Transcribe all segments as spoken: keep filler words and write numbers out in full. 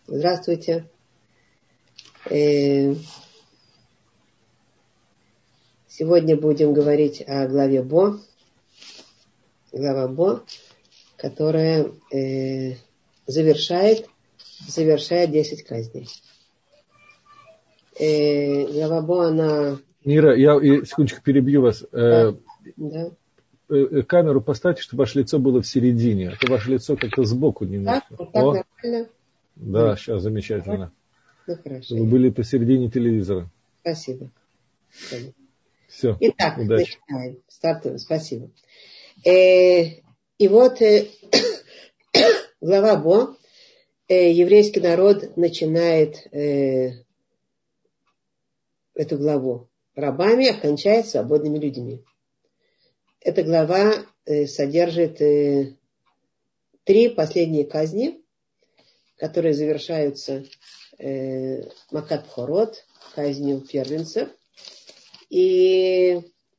Здравствуйте. Сегодня будем говорить о главе Бо. Глава Бо, которая завершает, завершает десять казней. Глава Бо, она... Мира, я секундочку перебью вас. Да. Да. Камеру поставьте, чтобы ваше лицо было в середине, а то ваше лицо как-то сбоку немножко. Так, вот так О, нормально? да, да, сейчас замечательно. Ну, хорошо. Вы были посередине телевизора. Спасибо. Все, Итак, удачи. начинаем. Стартуем. Спасибо. И вот глава Бо. Еврейский народ начинает эту главу рабами, а кончает свободными людьми. Эта глава содержит три последние казни, которые завершаются Макат Бхорот, казнью первенцев. И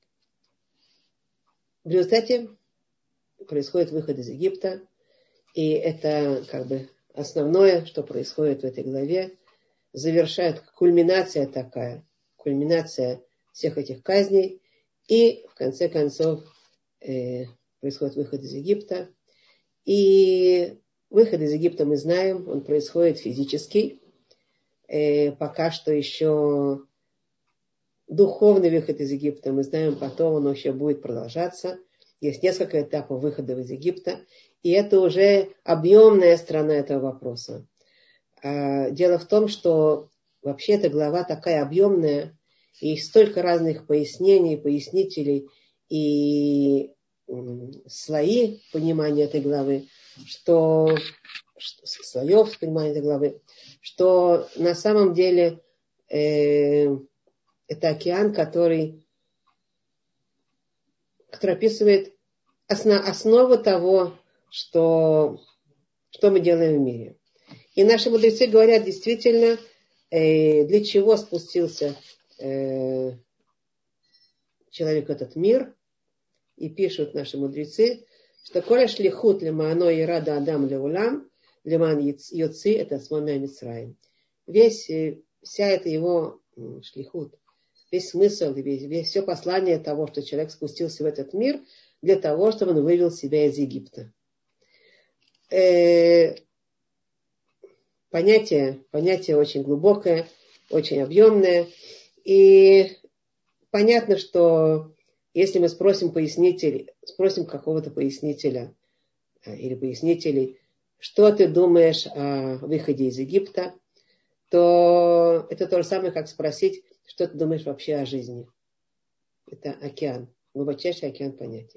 в результате происходит выход из Египта. И это как бы основное, что происходит в этой главе. Завершает кульминация такая, кульминация всех этих казней. И в конце концов э, происходит выход из Египта. И выход из Египта мы знаем, он происходит физический. Э, пока что еще духовный выход из Египта, мы знаем, потом он еще будет продолжаться. Есть несколько этапов выхода из Египта. И это уже объемная сторона этого вопроса. Дело в том, что вообще эта глава такая объемная, и столько разных пояснений, пояснителей и слои понимания этой главы, что, что слоев понимания этой главы, что на самом деле э, это океан, который, который описывает основ, основу того, что, что мы делаем в мире. И наши мудрецы говорят действительно, э, для чего спустился э, человек в этот мир. И пишут наши мудрецы, что «Коля шлихут лемаано и рада адам леулам, леман йоци это смомя Мицраим». Весь, вся эта его шлихут, весь смысл, весь, весь, все послание того, что человек спустился в этот мир, для того, чтобы он вывел себя из Египта. Э, Понятие, понятие очень глубокое, очень объемное. И понятно, что если мы спросим пояснителей, спросим какого-то пояснителя или пояснителей, что ты думаешь о выходе из Египта, то это то же самое, как спросить, что ты думаешь вообще о жизни. Это океан, глубочайший океан понятий.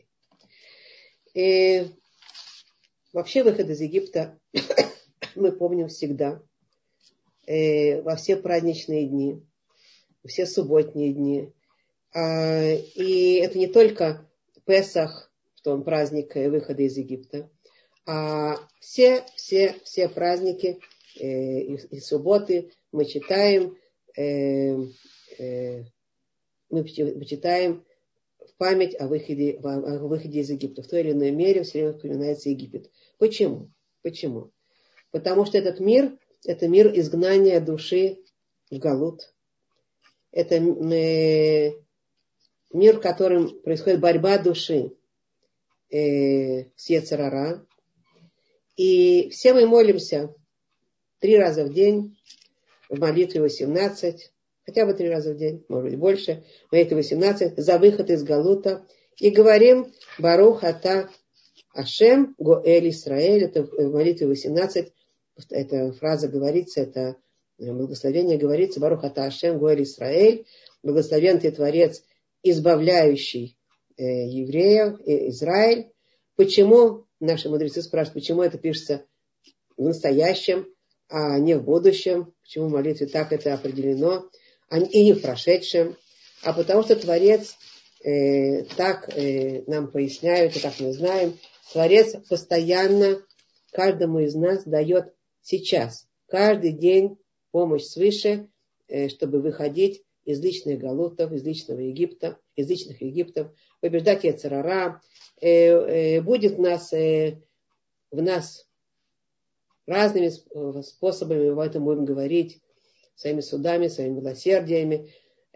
И вообще выход из Египта мы помним всегда, э, во все праздничные дни, все субботние дни. А, и это не только Песах, что он праздник выхода из Египта, а все, все, все праздники э, и, и субботы мы читаем, э, э, мы читаем в память о выходе, о выходе из Египта. В той или иной мере все время вспоминается Египет. Почему? Почему? Потому что этот мир, это мир изгнания души в Галут. Это мир, в котором происходит борьба души э, с Йецер ара. И все мы молимся три раза в день, в молитве восемнадцать, хотя бы три раза в день, может быть больше, в молитве восемнадцать, за выход из Галута. И говорим Барух ата Ашем Гоэль Исраэль, это в молитве восемнадцать. Эта фраза говорится, это благословение говорится, Барух ата Ашем Гоэль Исраэль, благословен ты Творец, избавляющий э, евреев, э, Израиль. Почему, наши мудрецы спрашивают, почему это пишется в настоящем, а не в будущем, почему в молитве так это определено, и не в прошедшем, а потому что Творец, э, так э, нам поясняют, и так мы знаем, Творец постоянно каждому из нас дает сейчас, каждый день помощь свыше, чтобы выходить из личных галутов, из личного Египта, из личных Египтов, побеждать Йецер ара. Будет в нас, в нас разными способами об этом будем говорить, своими судами, своими милосердиями,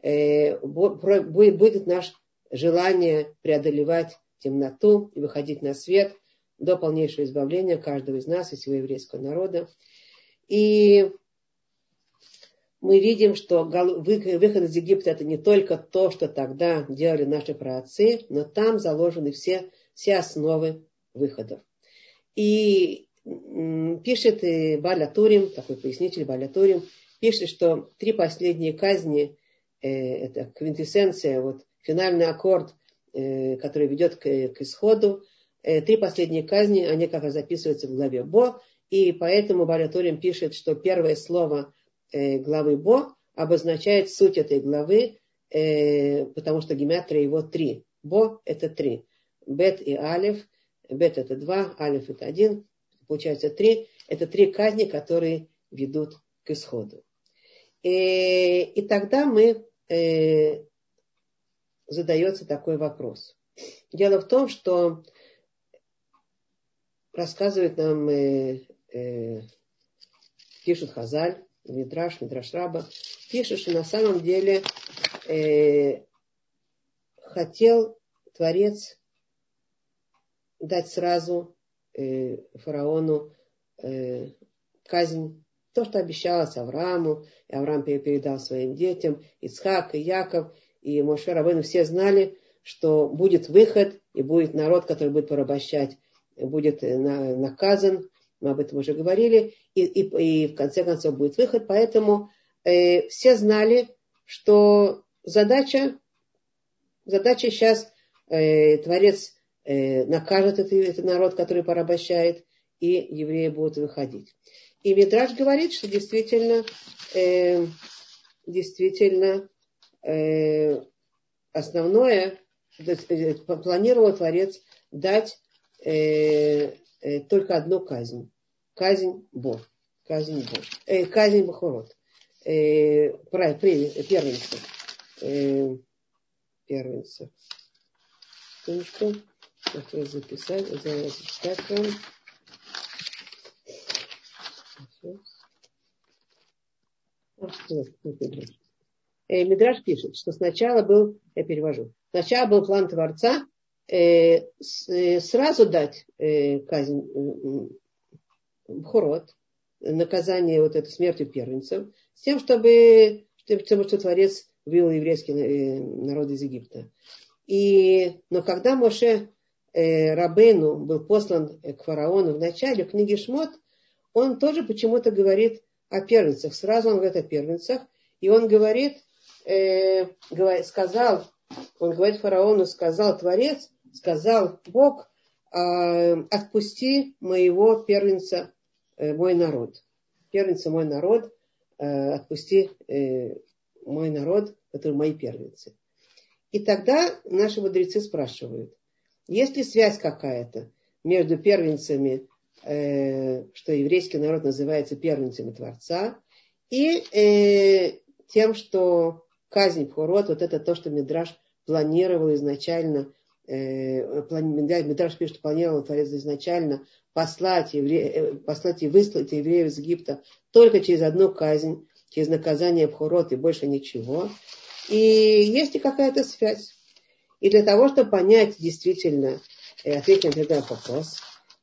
будет наше желание преодолевать темноту и выходить на свет до полнейшего избавления каждого из нас и всего еврейского народа. И мы видим, что выход из Египта — это не только то, что тогда делали наши праотцы, но там заложены все, все основы выходов. И пишет Бааль ха-Турим, такой пояснитель Бааль ха-Турим, пишет, что три последние казни э, это квинтэссенция, вот, финальный аккорд, э, который ведет к, к исходу. Э, три последние казни, они как раз записываются в главе Бо, и поэтому Бааль ха-Турим пишет, что первое слово э, главы Бо обозначает суть этой главы, э, потому что гематрия его три. Бо — это три. Бет и Алеф. Бет — это два, Алеф — это один. Получается три. Это три казни, которые ведут к исходу. И, и тогда мы э, задается такой вопрос. Дело в том, что рассказывает нам, э, э, пишет Хазаль, Мидраш, Мидраш Раба, пишет, что на самом деле э, хотел Творец дать сразу э, фараону э, казнь. То, что обещалось Аврааму, и Авраам передал своим детям, Ицхак и Яков, и Моше Рабейну, все знали, что будет выход, и будет народ, который будет порабощать, будет наказан, мы об этом уже говорили, и, и, и в конце концов будет выход. Поэтому э, все знали, что задача, задача сейчас э, Творец э, накажет этот, этот народ, который порабощает, и евреи будут выходить. И Мидраш говорит, что действительно, э, действительно э, основное, э, планировал Творец дать э, э, только одну казнь. Казнь Бо. Казнь Бо. Э, казнь Бахурот. Э, первенцев. Э, первенцев. Секундочку. Хотел записать. Записать вам. Мидраш пишет, что сначала был, я перевожу, сначала был план Творца э, с, э, сразу дать э, казнь э, Бхурот, наказание вот этой смертью первенцев, с тем, чтобы, чтобы что Творец вывел еврейский э, народ из Египта. И, но когда Моше э, Рабейну был послан к фараону в начале, в книге Шмот, он тоже почему-то говорит о первенцах. Сразу он говорит о первенцах. И он говорит, э, сказал, он говорит фараону, сказал Творец, сказал Бог, э, отпусти моего первенца, э, мой народ. Первенца мой народ, э, отпусти э, мой народ, который мои первенцы. И тогда наши мудрецы спрашивают, есть ли связь какая-то между первенцами, что еврейский народ называется первенцами Творца, и э, тем, что казнь Бхурот, вот это то, что Мидраш планировал изначально, э, плани, Мидраш пишет, что планировал Творец изначально послать, евре, послать и выслать евреев из Египта только через одну казнь, через наказание Бхурот и больше ничего. И есть ли какая-то связь? И для того, чтобы понять действительно, э, ответить на этот вопрос,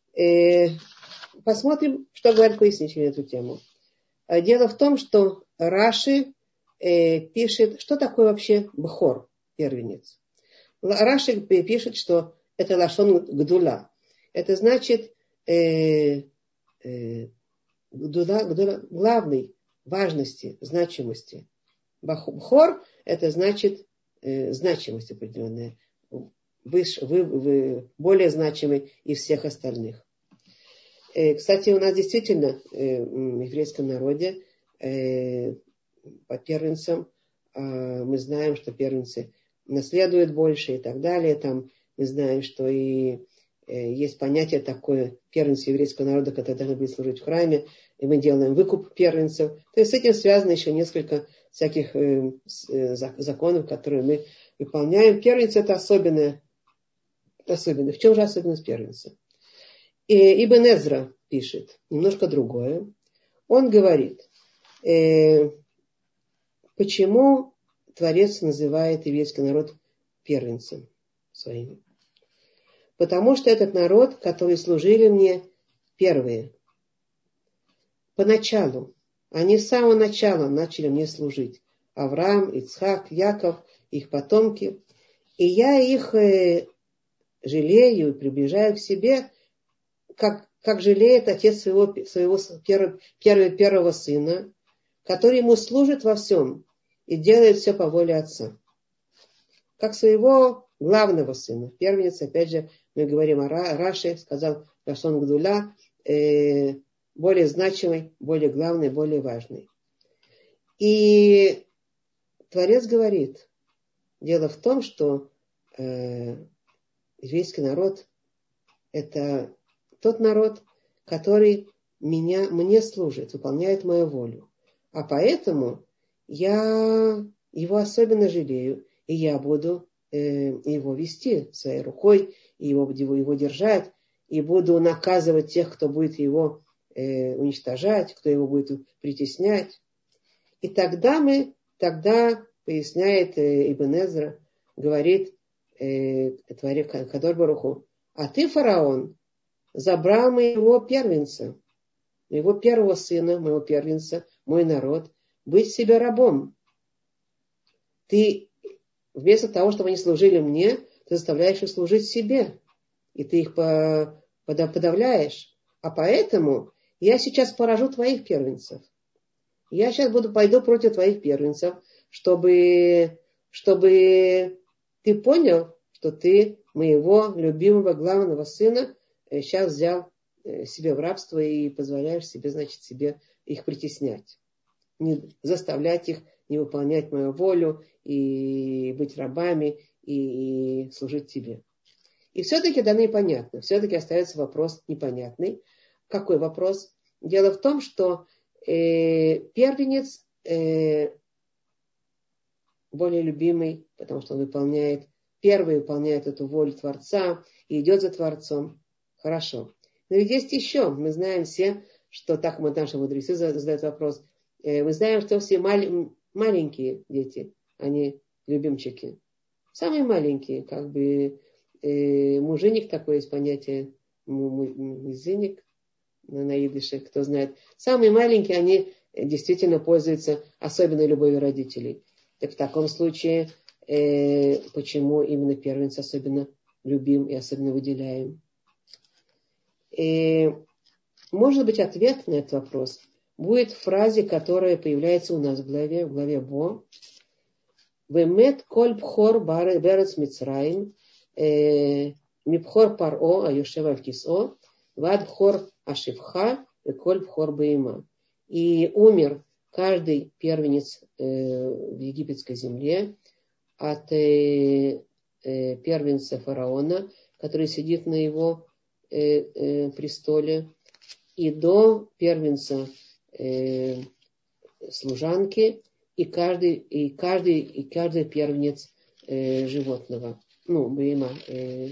посмотрим, что говорит пояснитель на эту тему. Дело в том, что Раши э, пишет, что такое вообще Бхор, первенец. Раши пишет, что это лашон гдула. Это значит э, э, гдула, гдула, главной важности, значимости. Бхор это значит э, значимость определенная. Выше, вы, вы, более значимый из всех остальных. Э, кстати, у нас действительно э, в еврейском народе э, по первенцам э, мы знаем, что первенцы наследуют больше и так далее. Там мы знаем, что и э, есть понятие такое первенцы еврейского народа, которые должны быть служить в храме, и мы делаем выкуп первенцев. То есть с этим связано еще несколько всяких э, э, законов, которые мы выполняем. Первенцы это особенное. Особенно. В чем же особенность первенца? И Ибн Эзра пишет немножко другое. Он говорит, э, почему Творец называет еврейский народ первенцем своим. Потому что этот народ, который служили мне первые. Поначалу. Они с самого начала начали мне служить. Авраам, Ицхак, Яков, их потомки. И я их э, жалею и приближаю к себе, как, как жалеет отец своего, своего первого, первого, первого сына, который ему служит во всем и делает все по воле отца. Как своего главного сына. Первенец, опять же, мы говорим о Раши, сказал Рашон Гдуля, э, более значимый, более главный, более важный. И Творец говорит, дело в том, что э, еврейский народ это тот народ, который меня, мне служит, выполняет мою волю. А поэтому я его особенно жалею, и я буду э, его вести своей рукой, и его, его, его держать, и буду наказывать тех, кто будет его э, уничтожать, кто его будет притеснять. И тогда мы, тогда, поясняет э, Ибн Эзра, говорит э, Кадош Барух ху, а ты, фараон, забрал моего первенца, моего первого сына, моего первенца, мой народ, быть себе рабом. Ты вместо того, чтобы они служили мне, ты заставляешь их служить себе. И ты их подавляешь. А поэтому я сейчас поражу твоих первенцев. Я сейчас буду, пойду против твоих первенцев, чтобы, чтобы ты понял, что ты моего любимого главного сына сейчас взял себе в рабство и позволяешь себе, значит, себе их притеснять. Не заставлять их не выполнять мою волю и быть рабами и, и служить тебе. И все-таки да непонятно. Все-таки остается вопрос непонятный. Какой вопрос? Дело в том, что э, первенец э, более любимый, потому что он выполняет, первый выполняет эту волю Творца и идет за Творцом. Хорошо. Но ведь есть еще. Мы знаем все, что так мы наши мудрецы задают вопрос. Э, мы знаем, что все мал, маленькие дети, они любимчики. Самые маленькие, как бы э, муженик, такое есть понятие, мизыник на, на идыше, кто знает. Самые маленькие, они действительно пользуются особенной любовью родителей. Так в таком случае, э, почему именно первенец особенно любим и особенно выделяем? И, может быть, ответ на этот вопрос будет в фразе, которая появляется у нас в главе, в главе Бо. Вемет коль бхор берец Мицраим мибхор паро аюшев аль кисо вад бхор ашивха и коль бхор бейма. И умер каждый первенец в египетской земле от первенца фараона, который сидит на его престоле, и до первенца служанки, и каждый, и каждый, и каждый первенец э, животного. Ну, бейма, э,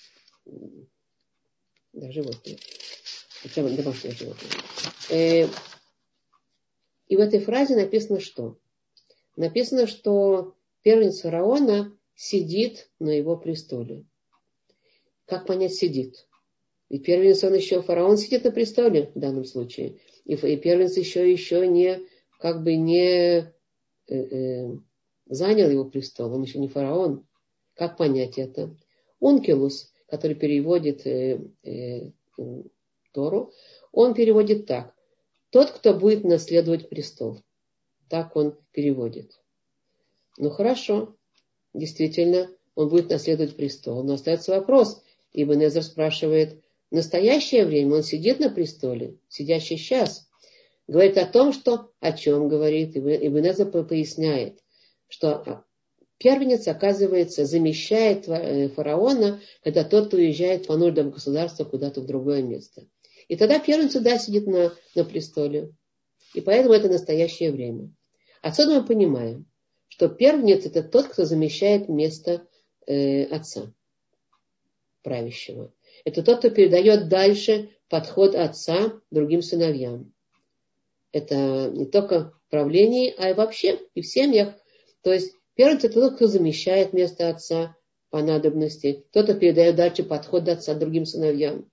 да, животное. Домашнее животное. Э, и в этой фразе написано что? Написано, что первенец фараона сидит на его престоле. Как понять сидит? И первенец, он еще, фараон сидит на престоле в данном случае. И, и первенец еще, еще не, как бы не э, э, занял его престол. Он еще не фараон. Как понять это? Ункилус, который переводит э, э, Тору, он переводит так. Тот, кто будет наследовать престол. Так он переводит. Ну хорошо. Действительно, он будет наследовать престол. Но остается вопрос. Ибн Эзра спрашивает, в настоящее время он сидит на престоле, сидящий сейчас, говорит о том, что, о чем говорит, Ибн Эзра поясняет, что первенец, оказывается, замещает фараона, когда тот уезжает по нуждам государства куда-то в другое место. И тогда первенец сюда сидит на, на престоле. И поэтому это настоящее время. Отсюда мы понимаем, что первенец это тот, кто замещает место э, отца правящего. Это тот, кто передает дальше подход отца другим сыновьям. Это не только в правлении, а и вообще и в семьях. То есть первенец — это тот, кто замещает место отца по надобности. Кто-то передает дальше подход отца другим сыновьям.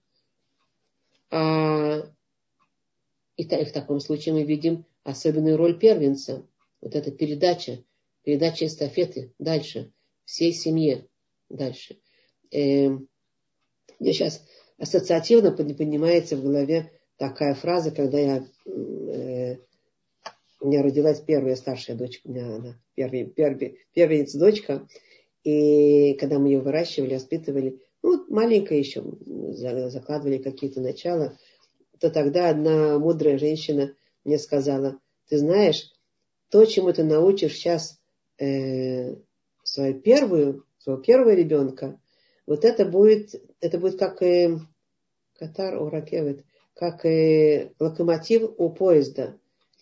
А и в таком случае мы видим особенную роль первенца. Вот эта передача, передача эстафеты дальше, всей семье дальше. Мне сейчас ассоциативно поднимается в голове такая фраза, когда я, э, у меня родилась первая старшая дочка, у меня она первый, первый, первенец дочка, и когда мы ее выращивали, воспитывали, ну, маленькая еще, закладывали какие-то начала, то тогда одна мудрая женщина мне сказала: ты знаешь, то, чему ты научишь сейчас э, свою первую, своего первого ребенка, вот это будет, это будет как э, катар у ракевет, как э, локомотив у поезда.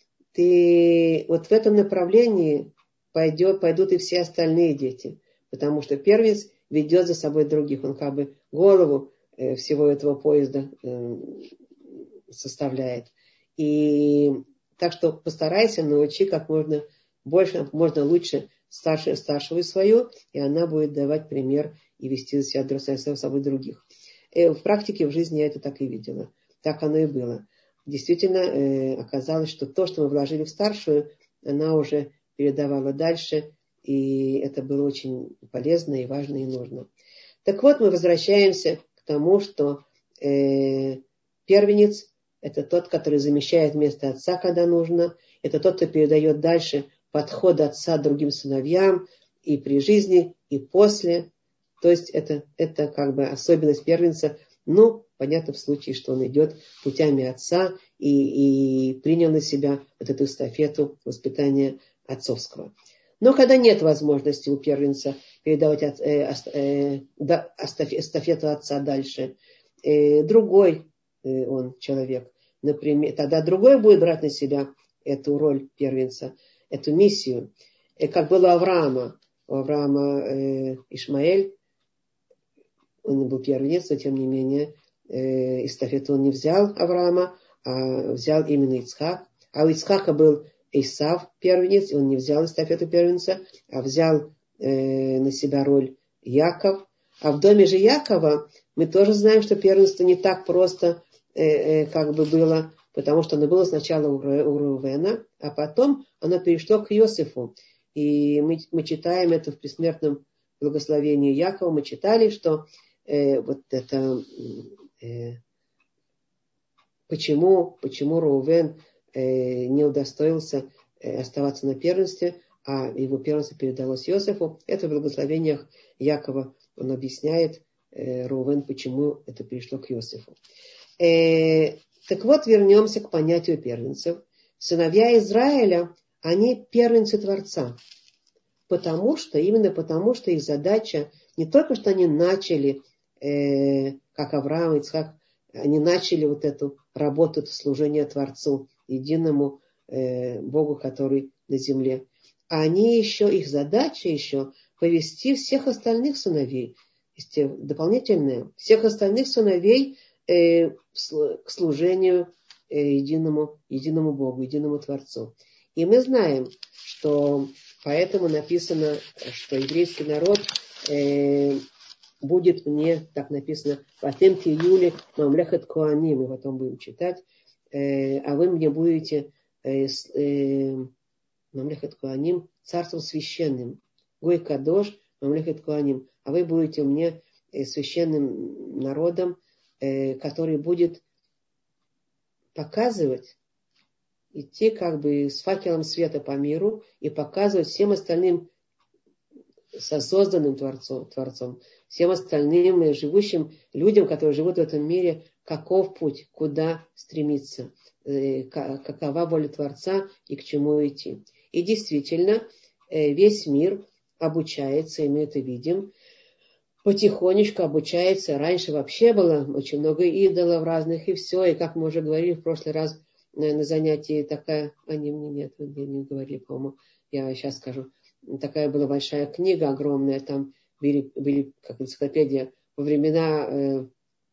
Ты вот в этом направлении пойдет, пойдут и все остальные дети, потому что первенец ведет за собой других, он как бы голову э, всего этого поезда э, составляет. И так что постарайся, научи как можно больше, как можно лучше старшую, старшую свою, и она будет давать пример и вести за себя за собой других. И в практике, в жизни я это так и видела. Так оно и было. Действительно, э, оказалось, что то, что мы вложили в старшую, она уже передавала дальше, и это было очень полезно и важно и нужно. Так вот, мы возвращаемся к тому, что э, первенец — это тот, который замещает место отца, когда нужно. Это тот, кто передает дальше подход отца другим сыновьям и при жизни, и после. То есть это, это как бы особенность первенца. Ну, понятно, в случае, что он идет путями отца и, и принял на себя вот эту эстафету воспитания отцовского. Но когда нет возможности у первенца передавать от, э, э, да, эстафету отца дальше, э, другой э, он человек, например, тогда другой будет брать на себя эту роль первенца, эту миссию. И как было у Авраама. У Авраама э, Ишмаэль, он был первенец, но тем не менее э, эстафету он не взял Авраама, а взял именно Ицхак. А у Ицхака был Исав первенец, и он не взял эстафету первенца, а взял э, на себя роль Яков. А в доме же Якова мы тоже знаем, что первенство не так просто э, э, как бы было, потому что оно было сначала у, у Рувена, а потом оно перешло к Иосифу. И мы, мы читаем это в предсмертном благословении Якова, мы читали, что э, вот это э, почему, почему Рувен э, не удостоился э, оставаться на первенстве, а его первенство передалось Иосифу. Это в благословениях Якова он объясняет, э, Рувен, почему это перешло к Иосифу. Э, так вот, вернемся к понятию первенцев. Сыновья Израиля, они первенцы Творца. Потому что, именно потому что их задача не только, что они начали, э, как Авраам, Ицхак, они начали вот эту работу, это служение Творцу, единому э, Богу, который на земле. А они еще, их задача еще повести всех остальных сыновей, дополнительное, всех остальных сыновей э, к служению э, единому, единому Богу, единому Творцу. И мы знаем, что поэтому написано, что еврейский народ э, будет мне, так написано, «Ватемки Юли мамлехет коаним», мы потом будем читать, э, а вы мне будете э, э, мамлехет коаним, царством священным, гой кадош мамлехет коаним, а вы будете мне э, священным народом, э, который будет показывать, идти как бы с факелом света по миру и показывать всем остальным созданным Творцом, Творцом, всем остальным живущим людям, которые живут в этом мире, каков путь, куда стремиться, какова воля Творца и к чему идти. И действительно, весь мир обучается, и мы это видим, потихонечку обучается. Раньше вообще было очень много идолов разных, и все. И как мы уже говорили в прошлый раз на занятии, такая, а не, нет, я не говорили, по-моему, я сейчас скажу, такая была большая книга огромная, там были, были как энциклопедия, во времена э,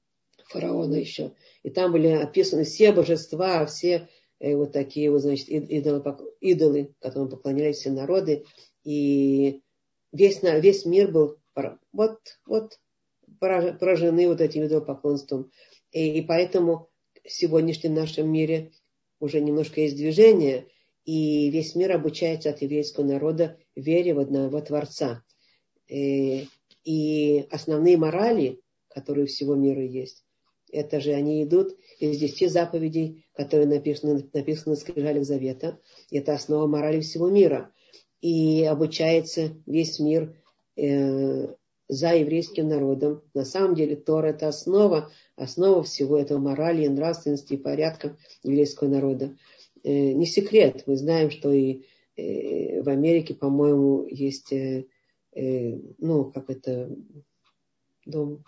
фараона еще. И там были описаны все божества, все э, вот такие вот, значит, идолы, идолы, которым поклонялись все народы. И весь, весь мир был вот, вот поражены вот этим идолопоклонством. И, и поэтому в сегодняшнем нашем мире уже немножко есть движение, и весь мир обучается от еврейского народа вере в одного Творца. И, и основные морали, которые у всего мира есть, это же они идут из десяти заповедей, которые написаны, написаны на скрижалях Завета. Это основа морали всего мира. И обучается весь мир э, за еврейским народом. На самом деле Тора — это основа, основа всего этого морали, нравственности и порядка еврейского народа. Э, не секрет, мы знаем, что и э, в Америке, по-моему, есть, э, э, ну, как это, дом,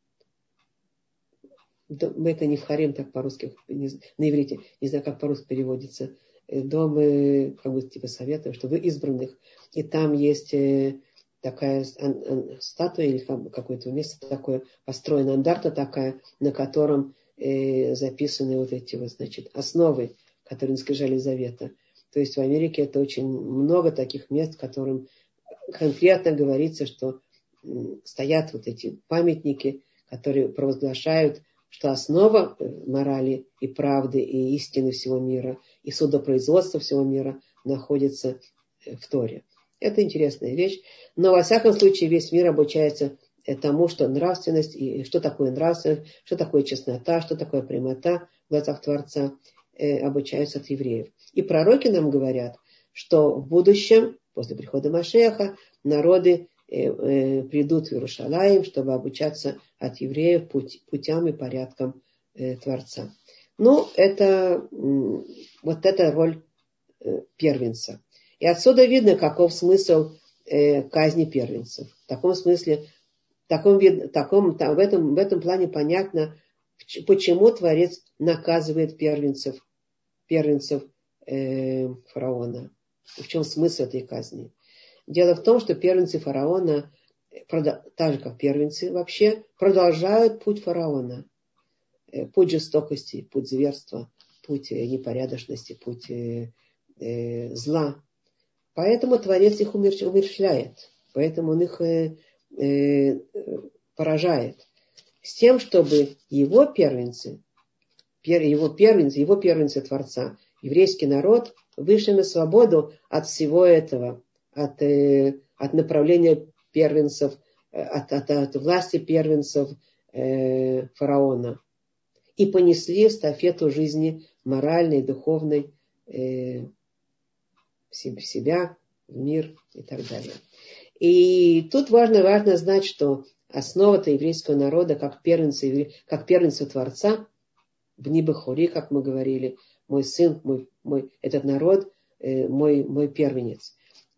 дом, это не в харем, так по-русски, не, на иврите, не знаю, как по-русски переводится, э, дом, э, как бы типа совета, что вы избранных, и там есть... Э, такая статуя или какое-то место такое построено, андарта такая, на котором э, записаны вот эти вот, значит, основы, которые на скрижалях Завета. То есть в Америке это очень много таких мест, в котором конкретно говорится, что э, стоят вот эти памятники, которые провозглашают, что основа морали и правды и истины всего мира и судопроизводства всего мира находится в Торе. Это интересная вещь. Но, во всяком случае, весь мир обучается тому, что нравственность, и что такое нравственность, что такое честнота, что такое прямота в глазах Творца, э, обучаются от евреев. И пророки нам говорят, что в будущем, после прихода Машеха, народы э, э, придут в Иерушалаим, чтобы обучаться от евреев путь, путям и порядкам э, Творца. Ну, это э, вот эта роль э, первенца. И отсюда видно, каков смысл э, казни первенцев. В таком смысле, в, таком, в, таком, там, в, этом, в этом плане понятно, почему Творец наказывает первенцев, первенцев э, фараона. В чем смысл этой казни? Дело в том, что первенцы фараона, так же как первенцы вообще, продолжают путь фараона. Э, путь жестокости, путь зверства, путь э, непорядочности, путь э, э, зла. Поэтому Творец их умерщвляет, поэтому он их э, э, поражает. С тем, чтобы его первенцы, пер, его первенцы, его первенцы Творца, еврейский народ, вышли на свободу от всего этого, от, э, от направления первенцев, от, от, от власти первенцев э, фараона. И понесли эстафету жизни моральной, духовной, э, в себя, в мир и так далее. И тут важно, важно знать, что основа-то еврейского народа, как первенцы, как первенцы Творца, бни бехори, как мы говорили, мой сын, мой, мой, этот народ, э, мой, мой первенец.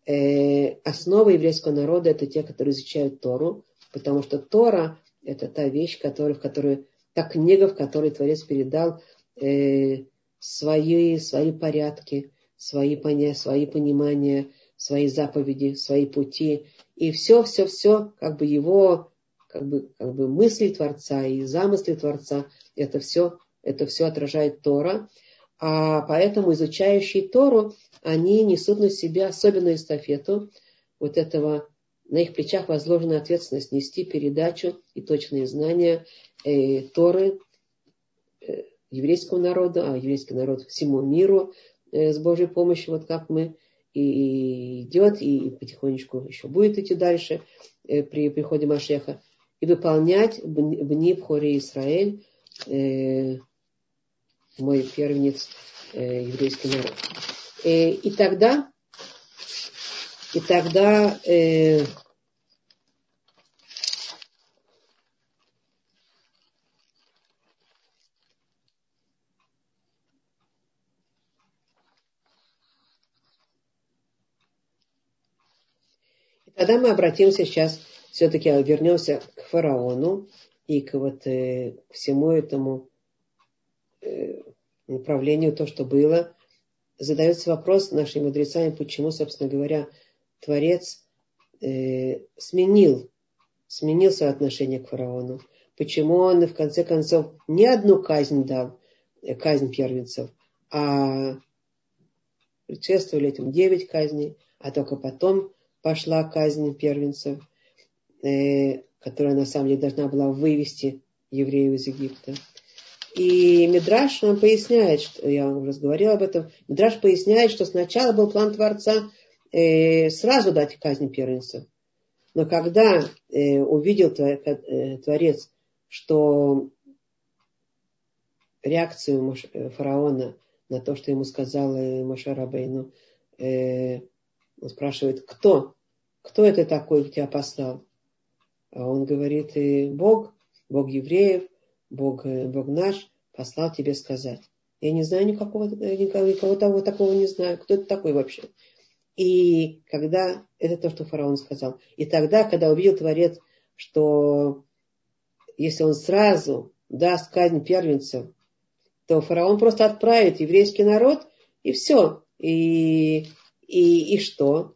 Э, основа еврейского народа — это те, которые изучают Тору, потому что Тора — это та вещь, которая, в которой, та книга, в которой Творец передал э, свои, свои порядки, свои понятия, свои понимания, свои заповеди, свои пути. И все, все, все, как бы его, как бы, как бы мысли Творца и замыслы Творца, это все, это все отражает Тора. А поэтому изучающие Тору, они несут на себя особенную эстафету вот этого, на их плечах возложена ответственность нести передачу и точные знания э, Торы э, еврейскому народу, а еврейский народ всему миру, с Божьей помощью, вот как мы и идет, и потихонечку еще будет идти дальше при приходе Машеха, и выполнять бни бхори Исраэль, э, мой первенец, э, еврейский народ. Э, и тогда, и тогда э, Тогда мы обратимся сейчас, все-таки вернемся к фараону и к вот э, всему этому э, направлению, то, что было. Задается вопрос нашими мудрецами, почему, собственно говоря, Творец э, сменил, сменил свое отношение к фараону. почему он в конце концов не одну казнь дал, казнь первенцев, а предшествовали этим девять казней, а только потом пошла казнь первенцев, э, которая на самом деле должна была вывести евреев из Египта. И Мидраш нам поясняет, что, я вам уже говорила об этом, Мидраш поясняет, что сначала был план Творца э, сразу дать казнь первенцев. Но когда э, увидел Творец, что реакцию фараона на то, что ему сказал Моше Рабейну, э, он спрашивает, кто? Кто это такой, кто тебя послал? А он говорит, Бог, Бог евреев, Бог, Бог наш послал тебе сказать. Я не знаю никакого, никого, никого того, такого не знаю. Кто это такой вообще? И когда, это то, что фараон сказал. И тогда, когда увидел Творец, что если он сразу даст казнь первенцев, то фараон просто отправит еврейский народ, и все. И, и, и что?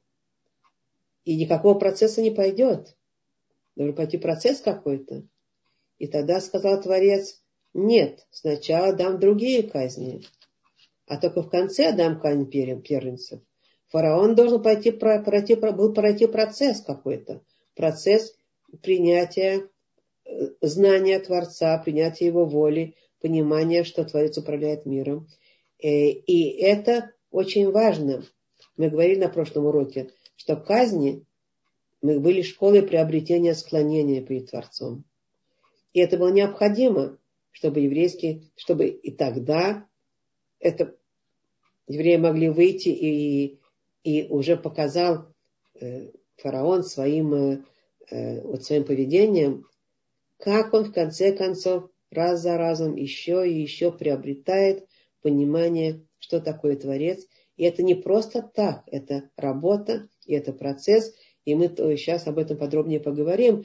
И никакого процесса не пойдет. Должен пойти процесс какой-то. И тогда сказал Творец, нет, сначала дам другие казни, а только в конце дам казнь первенцев. Фараон должен пойти, пройти, был пройти процесс какой-то. Процесс принятия знания Творца, принятия его воли, понимания, что Творец управляет миром. И это очень важно. Мы говорили на прошлом уроке, что казни мы были школой приобретения склонения перед Творцом. И это было необходимо, чтобы еврейские, чтобы и тогда это евреи могли выйти, и, и уже показал э, фараон своим, э, вот своим поведением, как он в конце концов раз за разом еще и еще приобретает понимание, что такое Творец. И это не просто так, это работа, и это процесс, и мы сейчас об этом подробнее поговорим.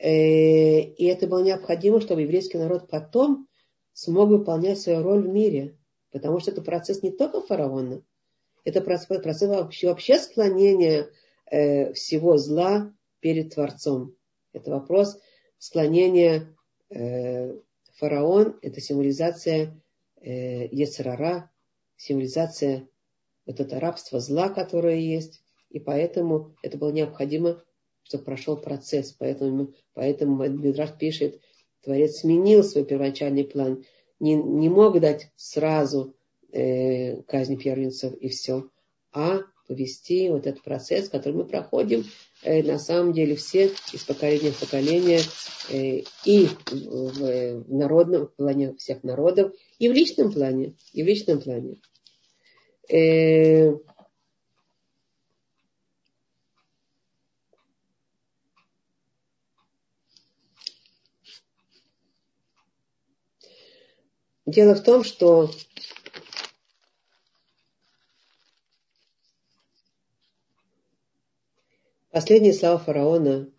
И это было необходимо, чтобы еврейский народ потом смог выполнять свою роль в мире. Потому что это процесс не только фараона, это процесс, процесс вообще, вообще склонения э, всего зла перед Творцом. Это вопрос склонения э, фараон, это символизация э, Йецер ара, символизация вот это рабство зла, которое есть. И поэтому это было необходимо, чтобы прошел процесс. Поэтому, поэтому Мидраш пишет, Творец сменил свой первоначальный план. Не, не мог дать сразу э, казнь первенцев и все, а повести вот этот процесс, который мы проходим э, на самом деле все из поколения в поколение э, и в, в народном плане всех народов, и в личном плане. И в личном плане. Э, Дело в том, что последние слова фараона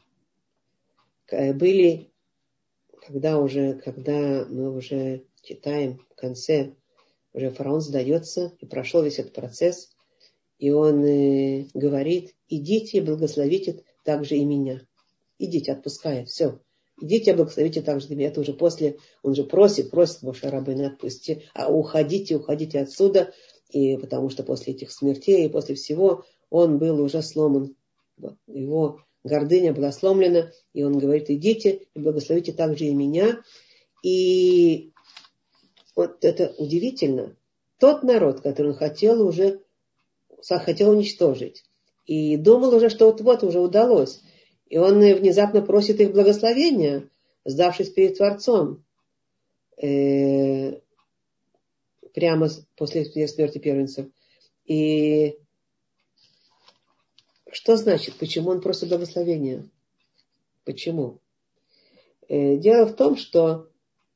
были, когда уже, когда мы уже читаем в конце, уже фараон сдается, и прошел весь этот процесс, и он э, говорит, идите и благословите также и меня. Идите, отпускает, все. Идите, благословите также и меня. Это уже после, он же просит, просит Моше Рабейну, отпусти, а уходите, уходите отсюда, и потому что после этих смертей и после всего он был уже сломан. Его гордыня была сломлена, и он говорит, идите и благословите также и меня. И вот это удивительно. Тот народ, который он хотел уже, хотел уничтожить, и думал уже, что вот-вот уже удалось, и он внезапно просит их благословения, сдавшись перед Творцом, э, прямо после смерти первенцев. И что значит? Почему он просит благословения? Почему? Э, дело в том, что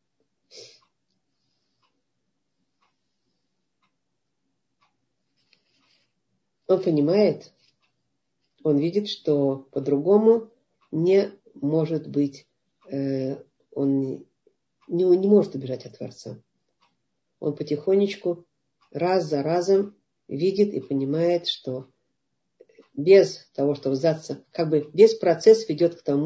он понимает, он видит, что по-другому не может быть, э, он не, не может убежать от Творца. Он потихонечку, раз за разом видит и понимает, что без того, чтобы сдаться, как бы весь процесс ведет к тому,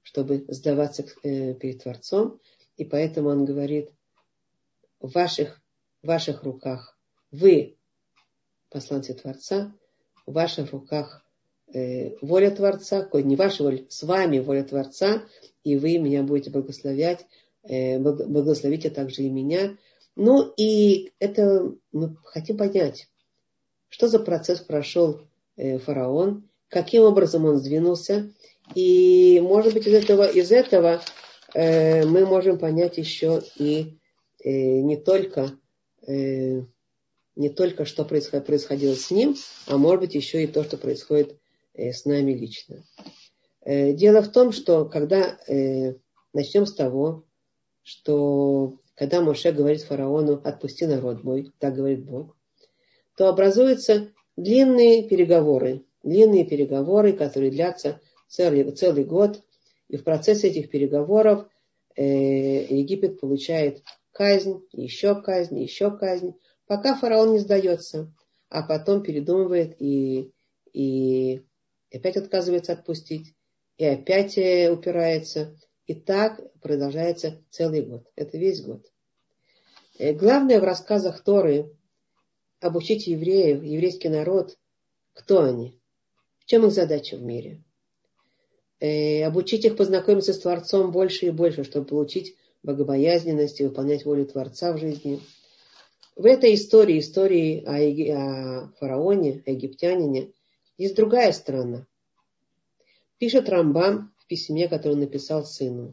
чтобы сдаваться э, перед Творцом. И поэтому он говорит, в ваших, в ваших руках вы посланцы Творца, в ваших руках э, воля Творца, не ваша воля, с вами воля Творца, и вы меня будете благословлять, э, благословите также и меня. Ну и это мы хотим понять, что за процесс прошел э, фараон, каким образом он сдвинулся, и может быть из этого, из этого э, мы можем понять еще и э, не только э, не только что происходило с ним, а может быть еще и то, что происходит с нами лично. Дело в том, что когда начнем с того, что когда Моше говорит фараону «отпусти народ мой», так говорит Бог, то образуются длинные переговоры, длинные переговоры, которые длятся целый, целый год, и в процессе этих переговоров Египет получает казнь, еще казнь, еще казнь, пока фараон не сдается, а потом передумывает и, и опять отказывается отпустить, и опять упирается. И так продолжается целый год. Это весь год. Главное в рассказах Торы обучить евреев, еврейский народ, кто они, в чем их задача в мире. Обучить их познакомиться с Творцом больше и больше, чтобы получить богобоязненность и выполнять волю Творца в жизни. В этой истории, истории о, Еги, о фараоне, о египтянине, есть другая сторона. Пишет Рамбам в письме, которое он написал сыну.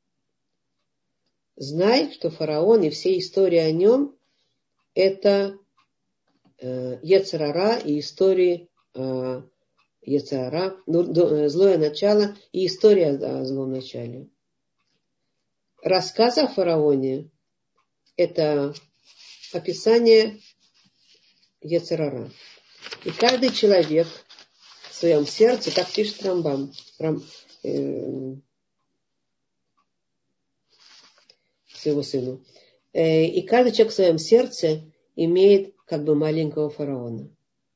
Знай, что фараон и все истории о нем – это э, Йецер ара и истории э, Йецер ара, злое начало и история о злом начале. Рассказ о фараоне – это описание Йецер ара. И каждый человек в своем сердце, так пишет Рамбам, Рам, э, своего сыну, э, и каждый человек в своем сердце имеет как бы маленького фараона.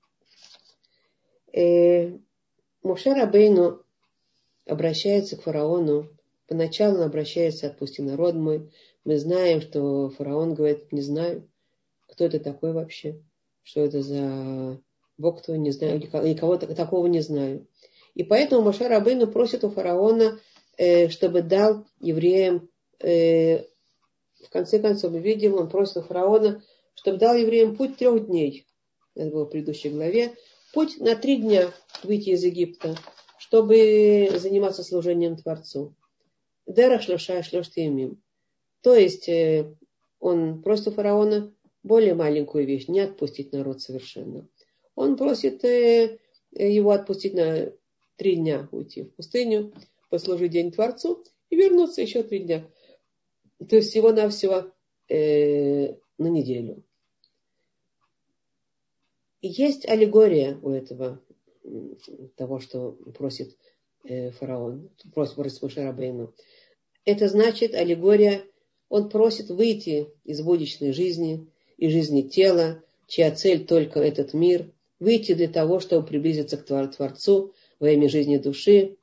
Э, Моше Рабейну обращается к фараону. Поначалу он обращается: «Отпусти народ мой». Мы знаем, что фараон говорит: «Не знаю, кто это такой вообще, что это за Бог, кто не знаю, никого такого не знаю». И поэтому Моше Рабейну просит у фараона, чтобы дал евреям, в конце концов, мы видим, он просит у фараона, чтобы дал евреям путь трех дней. Это было в предыдущей главе. Путь на три дня выйти из Египта, чтобы заниматься служением Творцу. Дера шлоша шлош тиемим. То есть он просит у фараона более маленькую вещь, не отпустить народ совершенно. Он просит его отпустить на три дня, уйти в пустыню, послужить день Творцу и вернуться еще три дня. То есть всего-навсего э, на неделю. Есть аллегория у этого, того, что просит э, фараон, просит, просит Моше Рабейну. Это значит, аллегория, он просит выйти из будничной жизни, из жизни тела, чья цель только этот мир, выйти для того, чтобы приблизиться к Творцу во имя жизни души.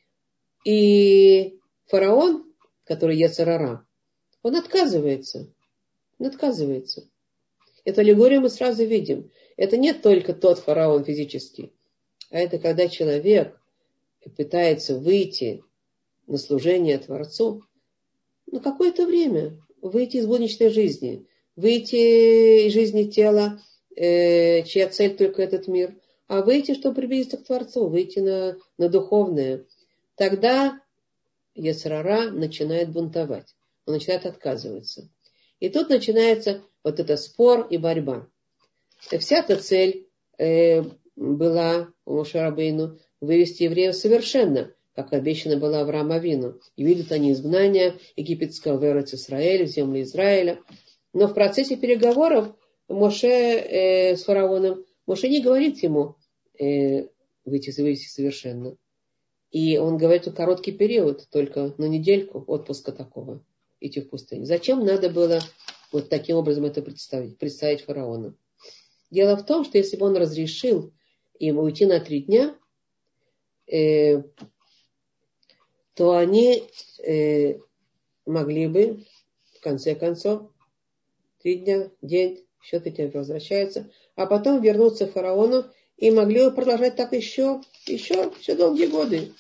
И фараон, который Йецер ара, он отказывается. Он отказывается. Эту аллегорию мы сразу видим. Это не только тот фараон физический, а это когда человек пытается выйти на служение Творцу на какое-то время, выйти из будничной жизни, выйти из жизни тела, э, чья цель только этот мир, а выйти, чтобы приблизиться к Творцу, выйти на, на духовное. Тогда Йецер ара начинает бунтовать. Он начинает отказываться. И тут начинается вот этот спор и борьба. Вся эта цель э, была у Моше Рабейну вывести евреев совершенно, как обещано было Аврааму Авину. И видят они изгнание египетского в Эрец-Исраэль, в землю Израиля. Но в процессе переговоров Моше э, с фараоном, Моше не говорит ему э, выйти, выйти совершенно. И он говорит, что короткий период, только на недельку отпуска такого, идти в пустыню. Зачем надо было вот таким образом это представить, представить фараону? Дело в том, что если бы он разрешил им уйти на три дня, э, то они э, могли бы, в конце концов, три дня, день, еще три дня возвращаются, а потом вернуться к фараону и могли бы продолжать так еще, еще все долгие годы.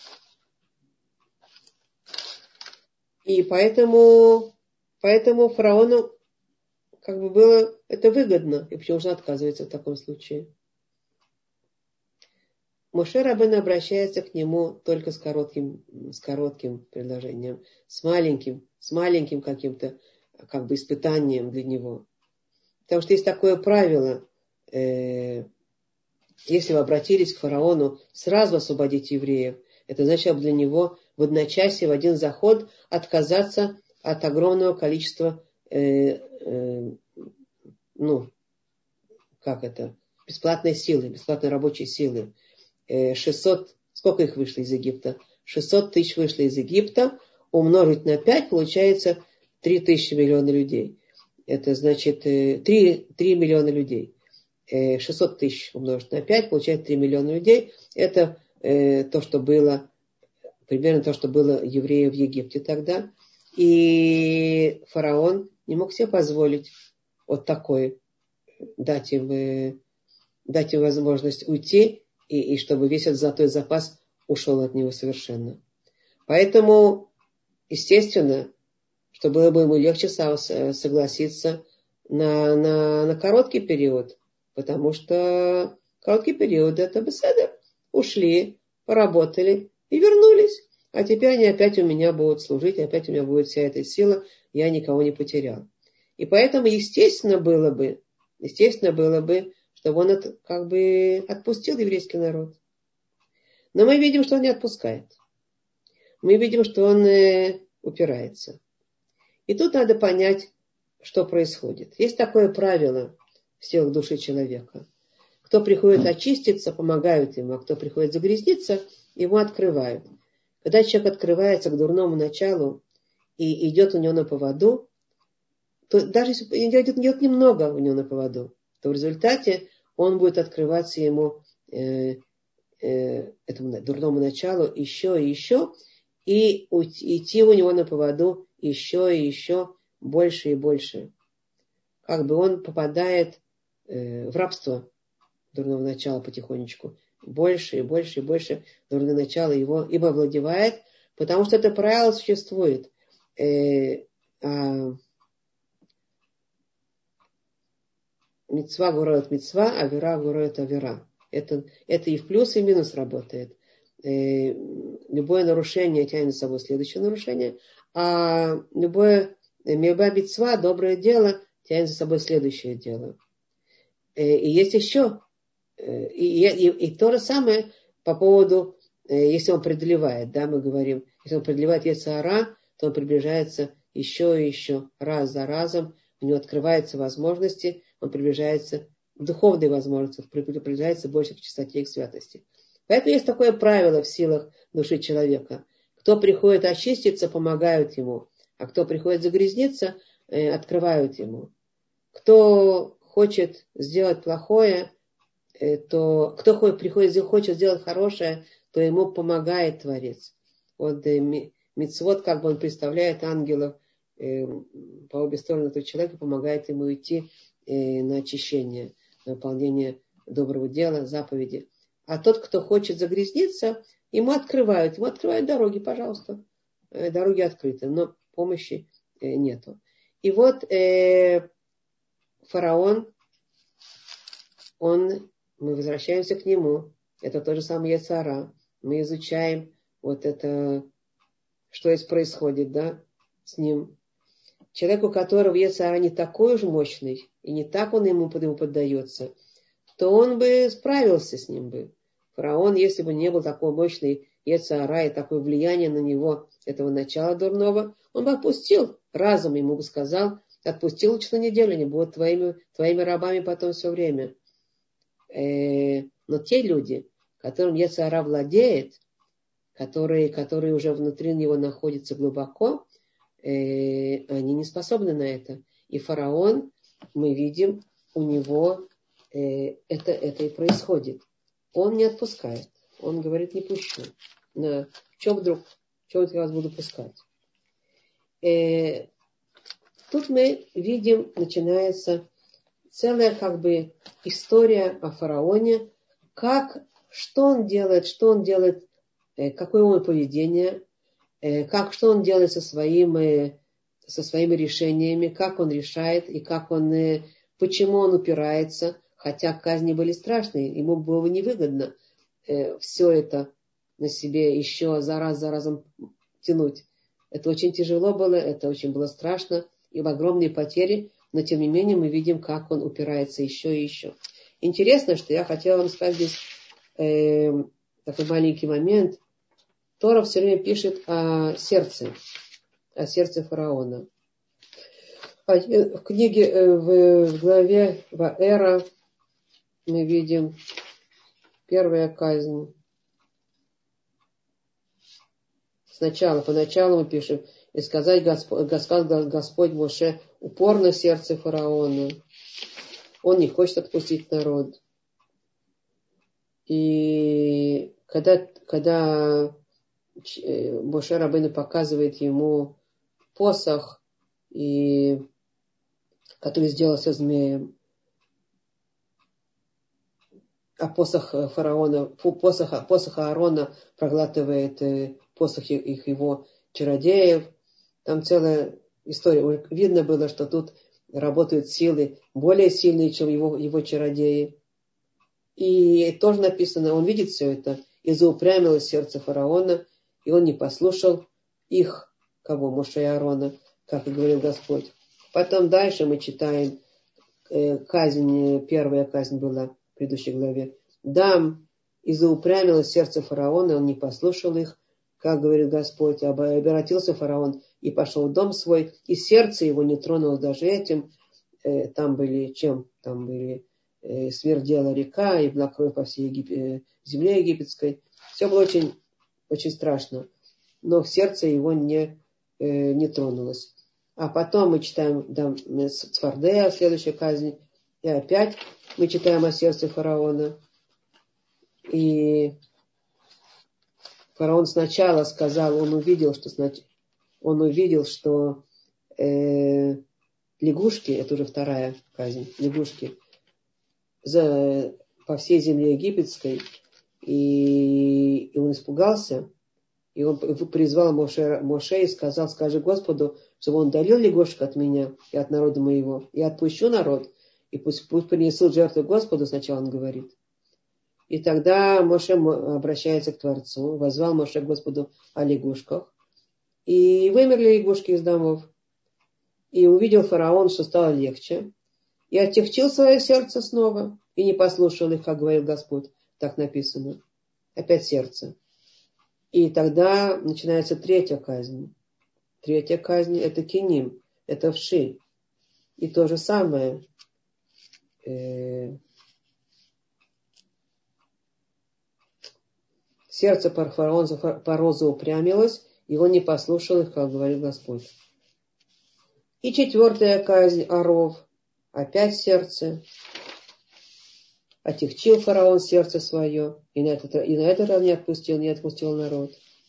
И поэтому, поэтому фараону как бы было это выгодно, и почему же он отказывается в таком случае. Моше Рабейну обращается к нему только с коротким, с коротким предложением, с маленьким, с маленьким каким-то как бы испытанием для него. Потому что есть такое правило, э, если вы обратились к фараону, сразу освободить евреев. Это значит для него в одночасье, в один заход отказаться от огромного количества, э, э, ну, как это, бесплатной силы, бесплатной рабочей силы. шестьсот, сколько их вышло из Египта? шестьсот тысяч вышло из Египта, умножить на пять, получается три тысячи миллиона людей. Это значит три, три миллиона людей. шестьсот тысяч умножить на пять, получается три миллиона людей. Это э, то, что было, примерно то, что было евреев в Египте тогда. И фараон не мог себе позволить вот такое, дать им, э, дать им возможность уйти, и, и чтобы весь этот золотой запас ушел от него совершенно. Поэтому, естественно, что было бы ему легче согласиться на, на, на короткий период, потому что короткий период это беседа. Ушли, поработали и вернулись. А теперь они опять у меня будут служить, опять у меня будет вся эта сила, я никого не потерял. И поэтому естественно было бы, естественно было бы, чтобы он это, как бы отпустил еврейский народ. Но мы видим, что он не отпускает. Мы видим, что он э, упирается. И тут надо понять, что происходит. Есть такое правило в силах души человека. Кто приходит очиститься, помогают ему, а кто приходит загрязниться, его открывают. Когда человек открывается к дурному началу и идет у него на поводу, то даже если идет, идет немного у него на поводу, то в результате он будет открываться ему, э, э, этому дурному началу еще и еще, и идти у него на поводу еще и еще больше и больше. Как бы он попадает э, в рабство дурного начала потихонечку. Больше и больше и больше дурное начало его ибо овладевает, потому что это правило существует. Э, а, мицва гуроет мицва, а вера гуроет авера. Это, это и в плюс, и в минус работает. Э, любое нарушение тянет за собой следующее нарушение, а любое меба мицва, доброе дело, тянет за собой следующее дело. Э, и есть еще, э, и, и, и то же самое по поводу, э, если он преодолевает, да, мы говорим, если он преодолевает йецер ара, то он приближается еще и еще, раз за разом, у него открываются возможности, он приближается к духовной возможности, приближается больше к чистоте и к святости. Поэтому есть такое правило в силах души человека. Кто приходит очиститься, помогают ему, а кто приходит загрязниться, открывают ему. Кто хочет сделать плохое, то кто приходит, хочет сделать хорошее, то ему помогает Творец. Вот мицвот, как бы он представляет ангелов по обе стороны этого человека, помогает ему идти на очищение, на выполнение доброго дела, заповеди. А тот, кто хочет загрязниться, ему открывают, ему открывают дороги, пожалуйста. Дороги открыты, но помощи нету. И вот э, фараон, он, мы возвращаемся к нему, это то же самое йецер ара. Мы изучаем вот это, что здесь происходит, да, с ним. Человек, у которого йецер ара не такой уж мощный, и не так он ему, ему поддается, то он бы справился с ним бы. Фараон, если бы не был такой мощный йецер ара и такое влияние на него, этого начала дурного, он бы отпустил разум, ему бы сказал, отпустил лучше на неделю, они будут твоими, твоими рабами потом все время. Э, но те люди, которым йецер ара владеет, которые, которые уже внутри него находятся глубоко, э, они не способны на это. И фараон, мы видим, у него э, это, это и происходит. Он не отпускает. Он говорит, не пущу. Но в чем вдруг, в Чего я вас буду пускать? Э, тут мы видим, начинается целая как бы история о фараоне, как, что он делает, что он делает, э, какое его поведение, э, как, что он делает со, своим, э, со своими решениями, как он решает и как он, э, почему он упирается, хотя казни были страшные, ему было невыгодно э, все это на себе еще за раз за разом тянуть. Это очень тяжело было, это очень было страшно, и огромные потери, но тем не менее мы видим, как он упирается еще и еще. Интересно, что я хотела вам сказать здесь э, такой маленький момент. Тора все время пишет о сердце, о сердце фараона. В книге, в, в главе Ваэра мы видим первая казнь. Сначала, поначалу мы пишем, и сказать Господь, Господь, Господь Моше упорно сердце фараона. Он не хочет отпустить народ. И когда, когда Моше Рабейну показывает ему посох, и, который сделался змеем, а посох фараона, посох, посох Аарона проглатывает посох их его чародеев. Там целая история. Видно было, что тут работают силы более сильные, чем его, его чародеи. И тоже написано, он видит все это, и заупрямилось сердце фараона, и он не послушал их, кого, Моше и Аарона, как и говорил Господь. Потом дальше мы читаем, э, казнь, первая казнь была в предыдущей главе. Дам, и заупрямилось сердце фараона, он не послушал их, как говорит Господь, обратился фараон и пошел в дом свой, и сердце его не тронулось даже этим. Э, там были, чем? Там были, э, свердела река, и была кровь по всей Егип... э, земле египетской. Все было очень, очень страшно, но сердце его не, э, не тронулось. А потом мы читаем да, Цфардея, следующая казнь, и опять мы читаем о сердце фараона. И фараон сначала сказал, он увидел, что, он увидел, что э, лягушки, это уже вторая казнь, лягушки, за, по всей земле египетской, и, и он испугался, и он призвал Моше, Моше и сказал, скажи Господу, чтобы он удалил лягушек от меня и от народа моего, и отпущу народ, и пусть, пусть принесут жертву Господу, сначала он говорит. И тогда Моше обращается к Творцу, воззвал Моше к Господу о лягушках. И вымерли лягушки из домов. И увидел фараон, что стало легче. И отягчил свое сердце снова. И не послушал их, как говорил Господь. Так написано. Опять сердце. И тогда начинается третья казнь. Третья казнь это киним. Это вши. И то же самое. Сердце фараона заупрямилось, и он не послушал их, как говорил Господь. И четвертая казнь, Аров, опять сердце. Отягчил фараон сердце свое, и на этот, и на этот раз не отпустил, не отпустил народ.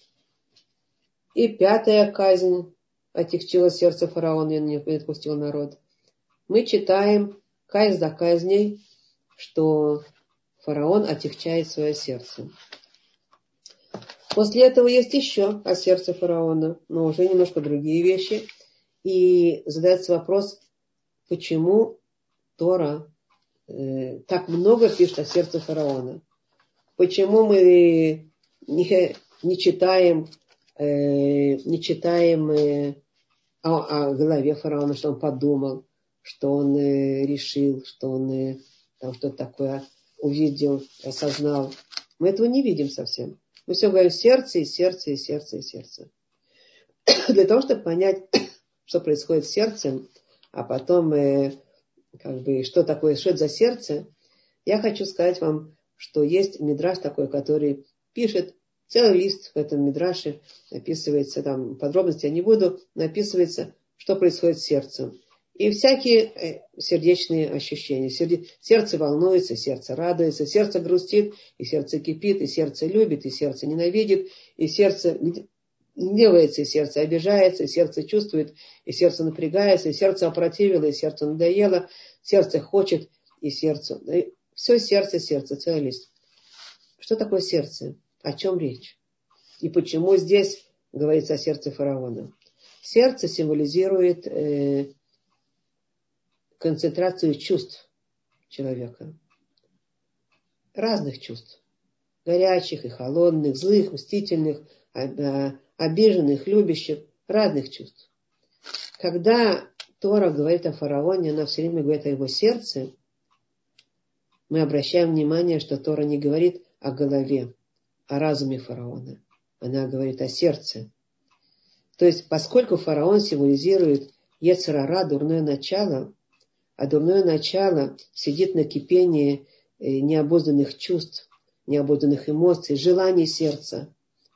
И пятая казнь, отягчило сердце фараона, и не отпустил народ. Мы читаем казнь за казней, что фараон отягчает свое сердце. После этого есть еще о сердце фараона, но уже немножко другие вещи. И задается вопрос, почему Тора э, так много пишет о сердце фараона? Почему мы не, не читаем, э, не читаем э, о, о голове фараона, что он подумал, что он э, решил, что он э, там что-то такое увидел, осознал. Мы этого не видим совсем. Мы все говорим сердце, и сердце, и сердце, и сердце. Для того, чтобы понять, что происходит с сердцем, а потом, э, как бы, что такое, что это за сердце, я хочу сказать вам, что есть мидраш такой, который пишет целый лист в этом мидраше, описывается, там подробности я не буду, но описывается, что происходит с сердцем. И всякие сердечные ощущения. Сердце волнуется, сердце радуется, сердце грустит, и сердце кипит, и сердце любит, и сердце ненавидит, и сердце гневается, и сердце обижается, и сердце чувствует, и сердце напрягается, и сердце опротивило, и сердце надоело, сердце хочет, и сердце... И все сердце, сердце, целый лист. Что такое сердце? О чем речь? И почему здесь говорится о сердце фараона? Сердце символизирует э, концентрацию чувств человека. Разных чувств. Горячих и холодных, злых, мстительных, обиженных, любящих. Разных чувств. Когда Тора говорит о фараоне, она все время говорит о его сердце, мы обращаем внимание, что Тора не говорит о голове, о разуме фараона. Она говорит о сердце. То есть, поскольку фараон символизирует йецер ара, дурное начало, а дурное начало сидит на кипении необузданных чувств, необузданных эмоций, желаний сердца.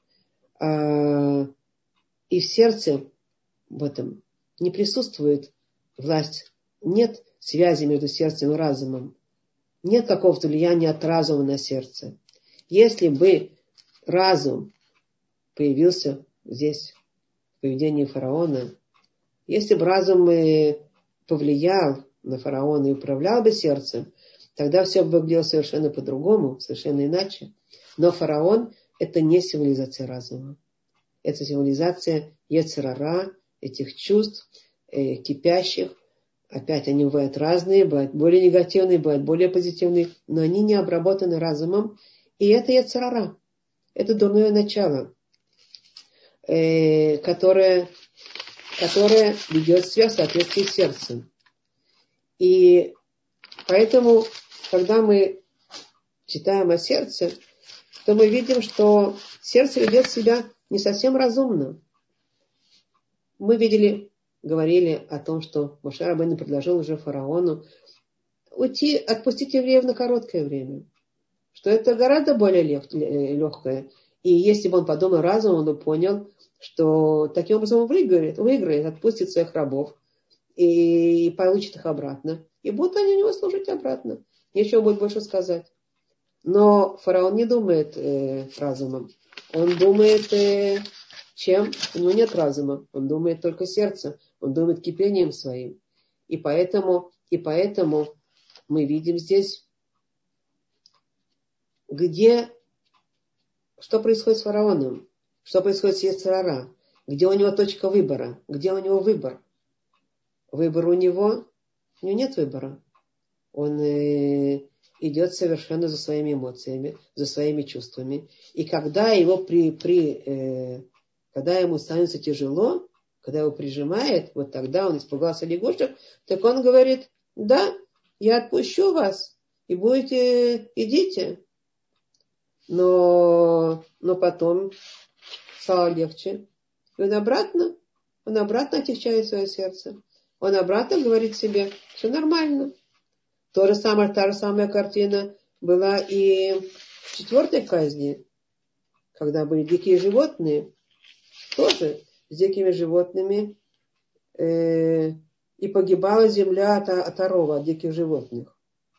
И в сердце в этом не присутствует власть, нет связи между сердцем и разумом. Нет какого-то влияния от разума на сердце. Если бы разум появился здесь, в поведении фараона, если бы разум повлиял на фараона и управлял бы сердцем, тогда все бы выглядело совершенно по-другому, совершенно иначе. Но фараон – это не символизация разума. Это символизация йецер ара, этих чувств, э, кипящих. Опять они бывают разные, бывают более негативные, бывают более позитивные, но они не обработаны разумом. И это йецер ара. Это дурное начало, э, которое, которое ведет себя в соответствии с сердцем. И поэтому, когда мы читаем о сердце, то мы видим, что сердце ведет себя не совсем разумно. Мы видели, говорили о том, что Моше Рабейну предложил уже фараону уйти, отпустить евреев на короткое время. Что это гораздо более легкое. И если бы он подумал разумом, он бы понял, что таким образом он выиграет, выиграет, отпустит своих рабов и получит их обратно. И будут они у него служить обратно. Нечего будет больше сказать. Но фараон не думает э, разумом. Он думает, э, чем? У него нет разума. Он думает только сердцем. Он думает кипением своим. И поэтому, и поэтому мы видим здесь, где, что происходит с фараоном, что происходит с йецер ара, где у него точка выбора, где у него выбор. Выбор у него, у него нет выбора. Он э, идет совершенно за своими эмоциями, за своими чувствами. И когда его при, при э, когда ему становится тяжело, когда его прижимает, вот тогда он испугался лягушек, так он говорит: да, я отпущу вас, и будете, идите. Но, но потом стало легче. И он обратно, он обратно отягчает свое сердце. Он обратно говорит себе: все нормально. То же самое, та же самая картина была и в четвертой казни, когда были дикие животные. Тоже с дикими животными э, и погибала земля от, от орова, от диких животных.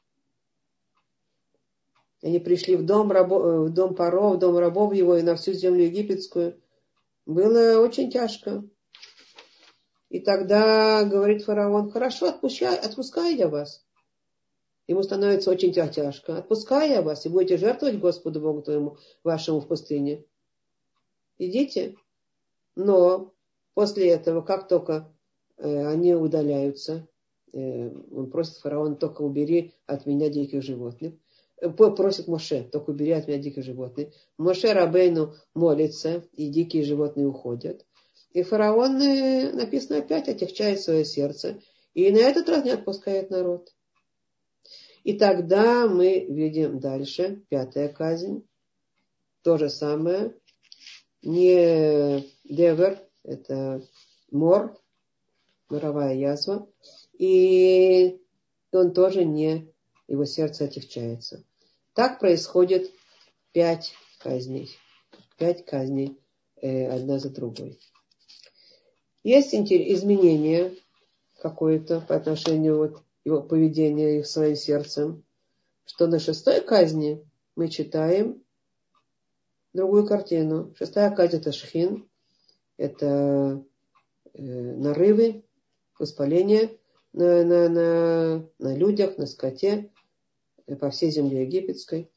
Они пришли в дом, рабо, в дом паро, в дом рабов его и на всю землю египетскую. Было очень тяжко. И тогда говорит фараон: хорошо, отпускай, отпускай я вас. Ему становится очень тяжко. Отпускай я вас, и будете жертвовать Господу Богу твоему, вашему в пустыне. Идите. Но после этого, как только э, они удаляются, э, он просит фараона: только убери от меня диких животных. Э, просит Моше: только убери от меня диких животных. Моше Рабейну молится, и дикие животные уходят. И фараон, э, написано, опять отягчает свое сердце. И на этот раз не отпускает народ. И тогда мы видим дальше, пятая казнь. То же самое. Не девер, это мор, моровая язва. И он тоже не, его сердце отягчается. Так происходит пять казней. Пять казней, э, одна за другой. Есть изменение какое-то по отношению вот его поведения своим сердцем, что на шестой казни мы читаем другую картину. Шестая казнь — это шхин. это э, нарывы, воспаления на, на, на, на людях, на скоте, э, по всей земле египетской.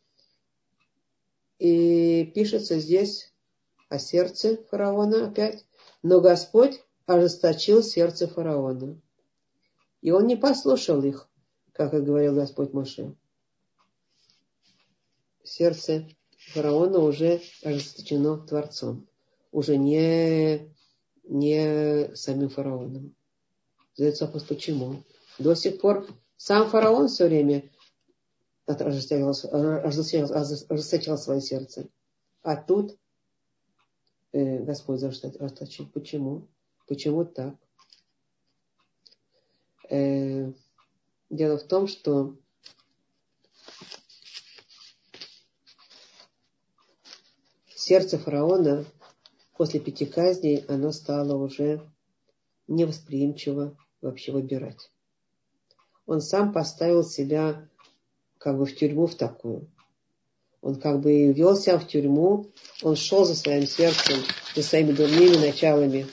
И пишется здесь о сердце фараона опять. Но Господь ожесточил сердце фараона. И он не послушал их, как и говорил Господь Моше. Сердце фараона уже ожесточено Творцом. Уже не, не самим фараоном. Задается вопрос, почему? До сих пор сам фараон все время ожесточал, ожесточал, ожесточал свое сердце. А тут э, Господь ожесточил. Почему? Почему так? Э, дело в том, что сердце фараона после пяти казней, оно стало уже невосприимчиво вообще выбирать. Он сам поставил себя как бы в тюрьму в такую. Он как бы вел себя в тюрьму, он шел за своим сердцем, за своими дурными началами,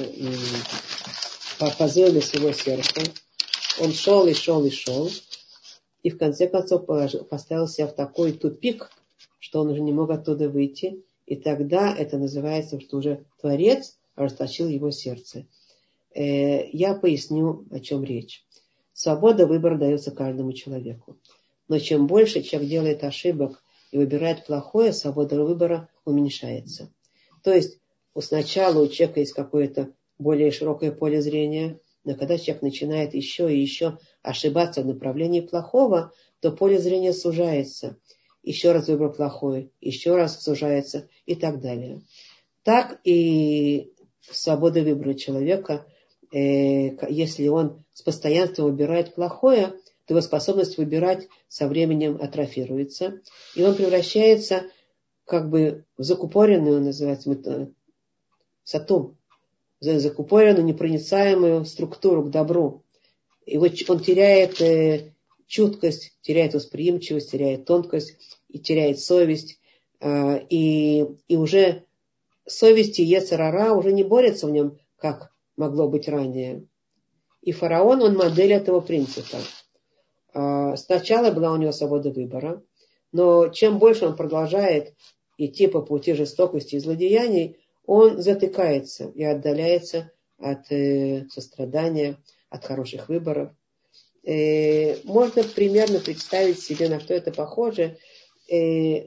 по позывами своего сердца. Он шел и шел и шел, и в конце концов поставил себя в такой тупик, что он уже не мог оттуда выйти. И тогда это называется, что уже Творец ожесточил его сердце. Я поясню, о чем речь. Свобода выбора дается каждому человеку. Но чем больше человек делает ошибок и выбирает плохое, свобода выбора уменьшается. То есть сначала у человека есть какое-то более широкое поле зрения, но когда человек начинает еще и еще ошибаться в направлении плохого, то поле зрения сужается. Еще раз выбор плохой, еще раз сужается и так далее. Так и свобода выбора человека, э, если он с постоянством выбирает плохое, то его способность выбирать со временем атрофируется, и он превращается как бы в закупоренную, называется, сатум, закупоренную, непроницаемую структуру к добру. И вот он теряет э, чуткость, теряет восприимчивость, теряет тонкость и теряет совесть. Э, и, и уже совесть и йецер ара уже не борются в нем, как могло быть ранее. И фараон, он модель этого принципа. Э, сначала была у него свобода выбора, но чем больше он продолжает идти по пути жестокости и злодеяний, он затыкается и отдаляется от э, сострадания, от хороших выборов. Э, можно примерно представить себе, на что это похоже. Э,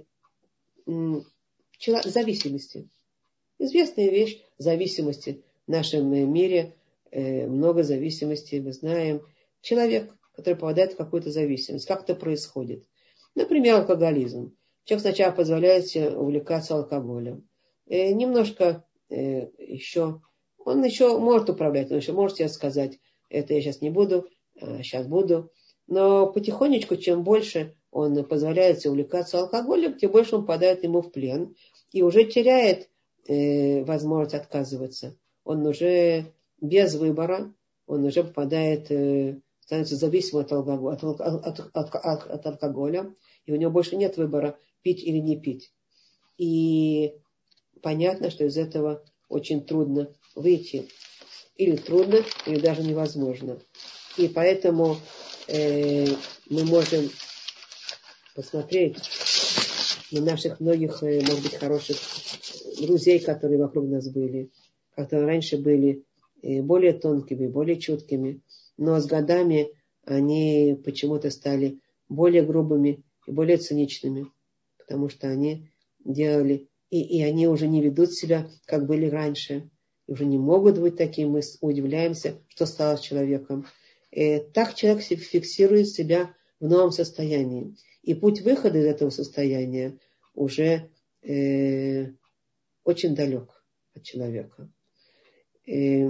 зависимости. Известная вещь зависимости в нашем мире. Э, много зависимостей, мы знаем. Человек, который попадает в какую-то зависимость. Как это происходит? Например, алкоголизм. Человек сначала позволяет себе увлекаться алкоголем. Э, немножко э, еще... Он еще может управлять, он еще может себе сказать, это я сейчас не буду, а сейчас буду. Но потихонечку, чем больше он позволяет себе увлекаться алкоголем, тем больше он попадает ему в плен и уже теряет э, возможность отказываться. Он уже без выбора, он уже попадает, э, становится зависимым от, алкоголя, от, от, от, от, от алкоголя, и у него больше нет выбора, пить или не пить. И понятно, что из этого очень трудно выйти. Или трудно, или даже невозможно. И поэтому э, мы можем посмотреть на наших многих, э, может быть, хороших друзей, которые вокруг нас были, которые раньше были э, более тонкими, более чуткими, но с годами они почему-то стали более грубыми и более циничными, потому что они делали, и, и они уже не ведут себя, как были раньше, и уже не могут быть такими, мы удивляемся, что стало с человеком. И так человек фиксирует себя в новом состоянии. И путь выхода из этого состояния уже э, очень далек от человека. И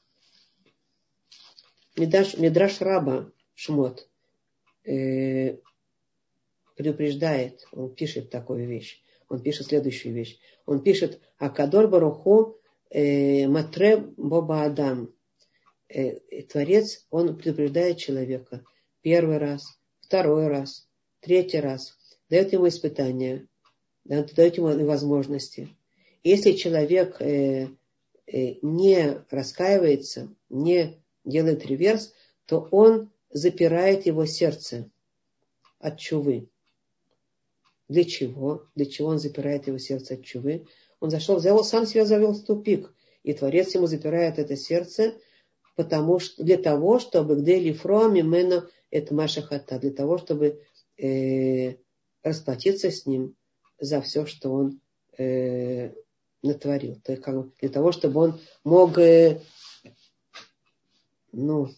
Мидраш, Мидраш Раба Шмот э, предупреждает, он пишет такую вещь, он пишет следующую вещь. Он пишет «Акадор Баруху Матре Боба Адам». Творец, он предупреждает человека первый раз, второй раз, третий раз, дает ему испытания, дает ему возможности. Если человек не раскаивается, не делает реверс, то он запирает его сердце от чувы. Для чего? Для чего он запирает его сердце от чувы? Он зашел, завел, сам себя завел в тупик. И Творец ему запирает это сердце, потому что, для того, чтобы гдели фро мимено это маша хата, для того, чтобы э, расплатиться с ним за все, что он э, натворил. То есть, как бы, для того, чтобы он мог э, ну,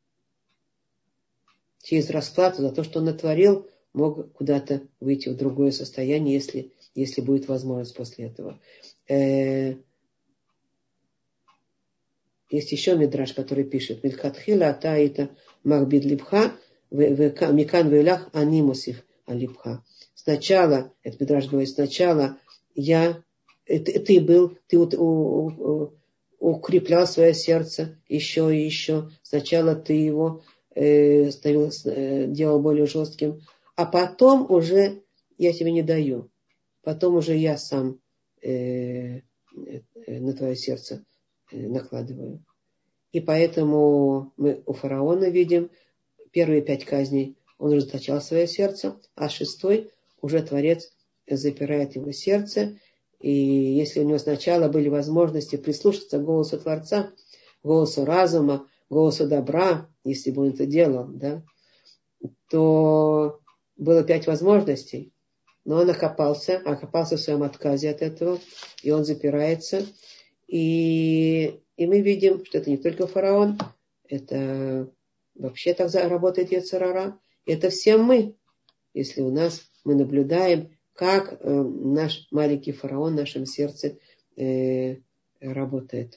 через расплату за то, что он натворил, мог куда-то выйти в другое состояние, если, если будет возможность после этого. Э, есть еще мидраш, который пишет: Милхатхила атаита махбид либха микан вейлах анимусив алибха. Сначала, это мидраш говорит, сначала я, ты, ты был, ты у, у, укреплял свое сердце еще и еще. Сначала ты его э, ставил, э, делал более жестким, а потом уже я тебе не даю. Потом уже я сам э, э, на твое сердце э, накладываю. И поэтому мы у фараона видим, первые пять казней он разоблачал свое сердце, а шестой уже Творец запирает его сердце. И если у него сначала были возможности прислушаться к голосу Творца, голосу разума, голосу добра, если бы он это делал, да, то было пять возможностей. Но он окопался, окопался в своем отказе от этого, и он запирается. И, и мы видим, что это не только фараон, это вообще так работает йецер ара. Это все мы, если у нас мы наблюдаем, как э, наш маленький фараон в нашем сердце э, работает.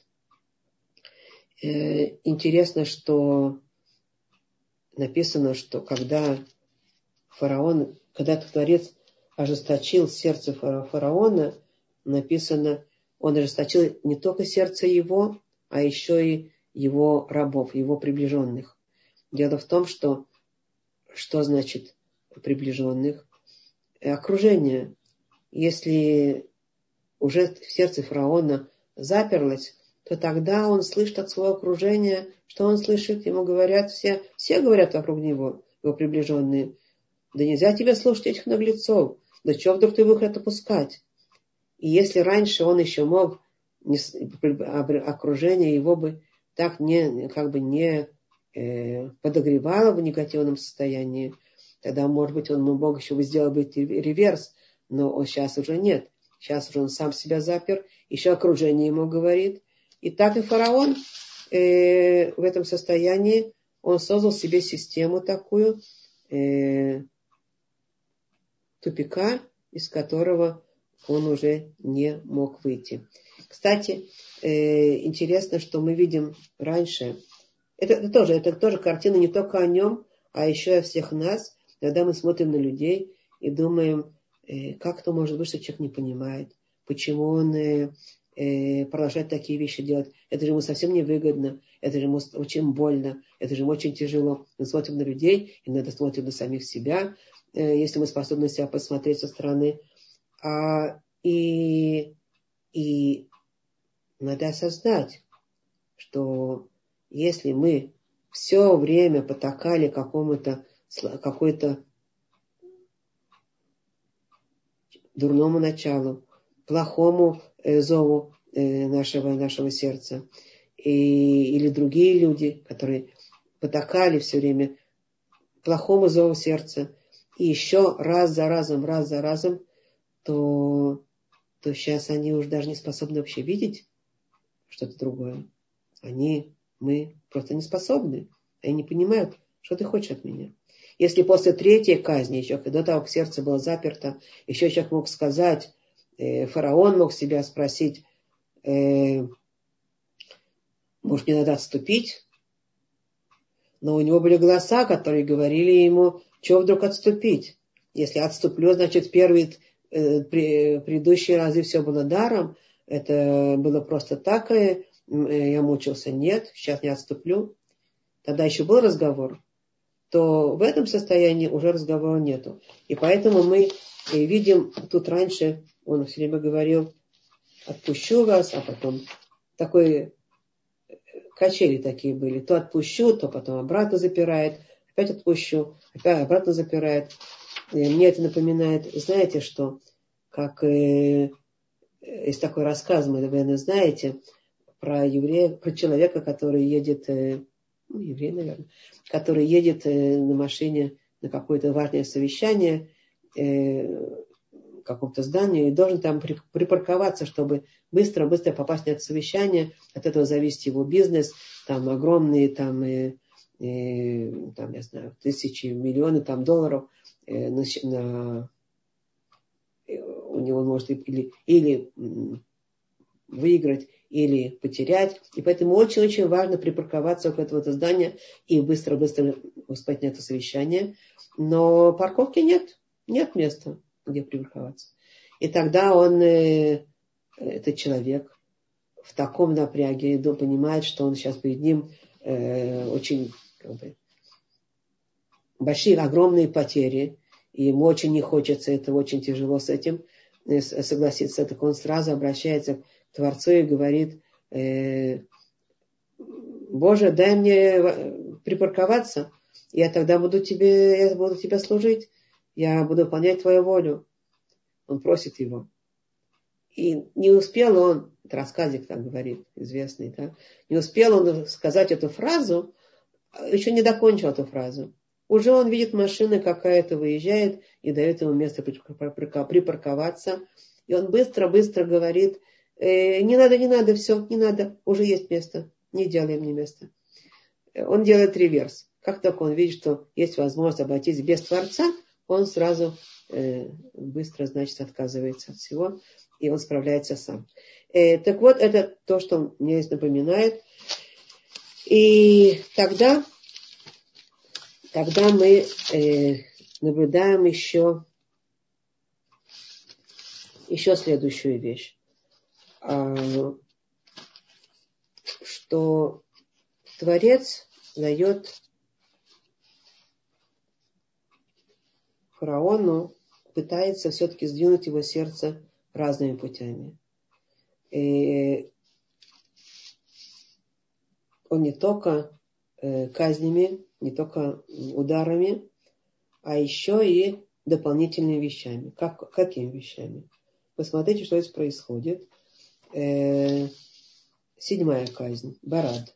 Э, интересно, что написано, что когда фараон, когда Творец ожесточил сердце фараона, написано, он ожесточил не только сердце его, а еще и его рабов, его приближенных. Дело в том, что что значит приближенных? Окружение. Если уже в сердце фараона заперлось, то тогда он слышит от своего окружения, что он слышит, ему говорят все, все говорят вокруг него, его приближенные: да нельзя тебе слушать этих наглецов, да чего вдруг ты их это пускать? И если раньше он еще мог, не, окружение его бы так не, как бы не э, подогревало в негативном состоянии, тогда, может быть, он мог еще бы сделать бы реверс, но он сейчас уже нет. Сейчас уже он сам себя запер, еще окружение ему говорит. И так и фараон э, в этом состоянии, он создал себе систему такую, э, тупика, из которого он уже не мог выйти. Кстати, э, интересно, что мы видим раньше, это, это, тоже, это тоже картина не только о нем, а еще и о всех нас. Когда мы смотрим на людей и думаем, э, как это может быть, что человек не понимает, почему он э, э, продолжает такие вещи делать. Это же ему совсем не выгодно, это же ему очень больно, это же ему очень тяжело. Мы смотрим на людей, иногда смотрим на самих себя, э, если мы способны себя посмотреть со стороны. А, и, и надо осознать, что если мы все время потакали какому-то какой-то дурному началу, плохому э, зову э, нашего, нашего сердца, и, или другие люди, которые потакали все время плохому зову сердца, и еще раз за разом, раз за разом, то, то сейчас они уже даже не способны вообще видеть что-то другое. Они, мы просто не способны. Они не понимают, что ты хочешь от меня. Если после третьей казни, еще до того, как сердце было заперто, еще человек мог сказать, э, фараон мог себя спросить, э, может, мне надо отступить? Но у него были голоса, которые говорили ему, чего вдруг отступить? Если отступлю, значит, первые э, при, предыдущие разы все было даром, это было просто так, э, я мучился. Нет, сейчас не отступлю. Тогда еще был разговор. То в этом состоянии уже разговора нету. И поэтому мы видим, тут раньше он все время говорил, отпущу вас, а потом такой качели такие были. То отпущу, то потом обратно запирает. Опять отпущу, опять обратно запирает. И мне это напоминает, знаете что, как э, есть такой рассказ, вы, наверное, знаете, про еврея, про человека, который едет, э, ну, еврей, наверное, который едет э, на машине на какое-то важное совещание, э, какому-то зданию и должен там припарковаться, чтобы быстро-быстро попасть на это совещание. От этого зависит его бизнес. Там огромные, там, э, э, там я знаю, тысячи, миллионы там, долларов э, на, на, э, у него может или, или выиграть, или потерять. И поэтому очень-очень важно припарковаться около этого здания и быстро-быстро успеть на это совещание. Но парковки нет. Нет места, где припарковаться. И тогда он, э, этот человек, в таком напряге, понимает, что он сейчас перед ним э, очень как бы, большие, огромные потери. И ему очень не хочется, это очень тяжело с этим э, согласиться. Так он сразу обращается к Творцу и говорит: э, Боже, дай мне припарковаться, я тогда буду тебе, я буду тебе служить. Я буду выполнять твою волю. Он просит его. И не успел он, это рассказик так говорит, известный, да, не успел он сказать эту фразу, еще не докончил эту фразу. Уже он видит, машина какая-то выезжает и дает ему место припарковаться. И он быстро-быстро говорит: э, не надо, не надо, все, не надо, уже есть место, не делай мне место. Он делает реверс. Как только он видит, что есть возможность обойтись без Творца, он сразу э, быстро, значит, отказывается от всего, и он справляется сам. Э, так вот, это то, что мне здесь напоминает. И тогда, тогда мы э, наблюдаем еще, еще следующую вещь. А, что Творец дает фараону, пытается все-таки сдвинуть его сердце разными путями. И он не только э, казнями, не только ударами, а еще и дополнительными вещами. Как, какими вещами? Посмотрите, что здесь происходит. Э, седьмая казнь. Барад.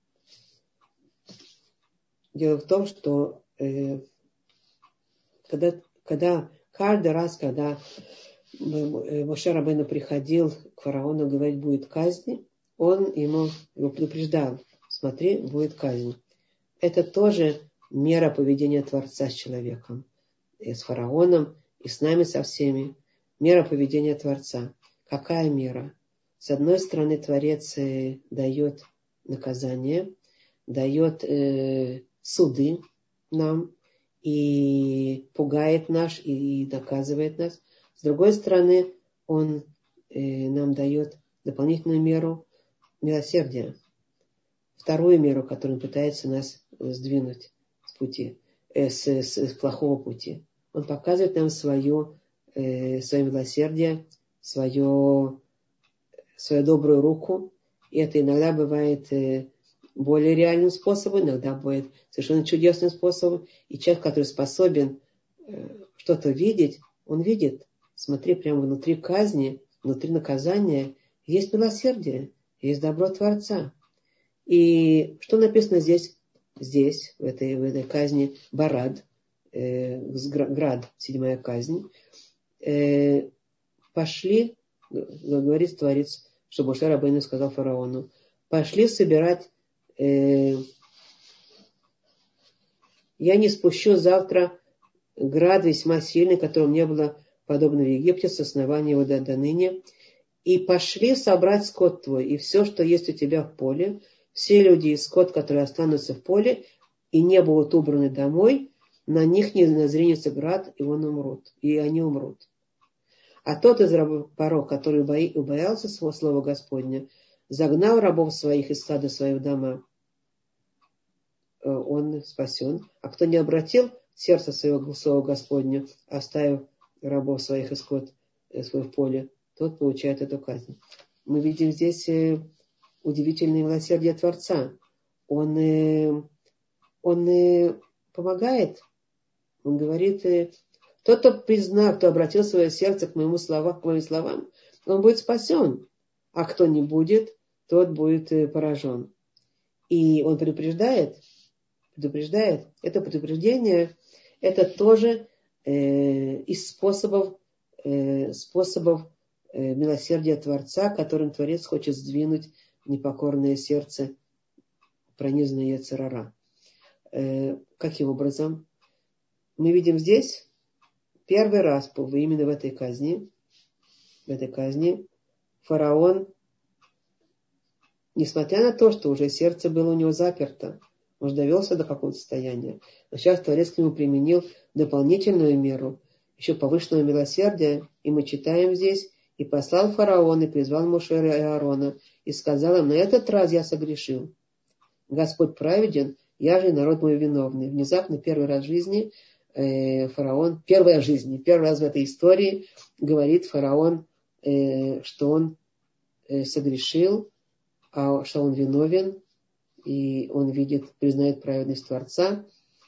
Дело в том, что э, когда, когда каждый раз, когда Моше Рабейну приходил к фараону говорить, будет казнь, он ему его предупреждал: смотри, будет казнь. Это тоже мера поведения Творца с человеком, и с фараоном, и с нами со всеми. Мера поведения Творца. Какая мера? С одной стороны, Творец дает наказание, дает э, суды нам, и пугает нас, и наказывает нас. С другой стороны, он э, нам дает дополнительную меру милосердия. Вторую меру, которую он пытается нас сдвинуть с пути, э, с, с, с плохого пути. Он показывает нам свое, э, свое милосердие, свое, свою добрую руку. И это иногда бывает э, более реальным способом, иногда бывает совершенно чудесным способом. И человек, который способен э, что-то видеть, он видит, смотри, прямо внутри казни, внутри наказания есть милосердие, есть добро Творца. И что написано здесь? Здесь, в этой, в этой казни, Барад, э, Град, седьмая казнь, э, пошли, говорит Творец, что Моше Рабейну сказал фараону, пошли собирать, э, я не спущу завтра град весьма сильный, которому не было подобно в Египте, с основания его до, до ныне, и пошли собрать скот твой, и все, что есть у тебя в поле, все люди и скот, которые останутся в поле, и не будут убраны домой, на них не назренется град, и он умрут, и они умрут. А тот из рабов Паро, который убоялся своего слова Господня, загнал рабов своих из стада своих в дома, он спасен. А кто не обратил сердце своего слова Господня, оставив рабов своих исход свой в поле, тот получает эту казнь. Мы видим здесь удивительное милосердие Творца. Он, э, он э, помогает. Он говорит, э, тот, кто признал, кто обратил свое сердце к моему словам, к моим словам, он будет спасен. А кто не будет, тот будет э, поражен. И он предупреждает, предупреждает. Это предупреждение, это тоже э, из способов, э, способов э, милосердия Творца, которым Творец хочет сдвинуть непокорное сердце, пронизанное йецер ара. Э, каким образом? Мы видим здесь первый раз именно в этой казни, в этой казни фараон, несмотря на то, что уже сердце было у него заперто, он же довелся до какого-то состояния, но сейчас Творец к нему применил дополнительную меру, еще повышенного милосердия, и мы читаем здесь, и послал фараон, и призвал Моше и Аарона, и сказал им, на этот раз я согрешил. Господь праведен, я же и народ мой виновный. Внезапно первый раз в жизни э, фараон, первая в жизни, первый раз в этой истории говорит фараон, э, что он э, согрешил, а что он виновен, и он видит, признает праведность Творца,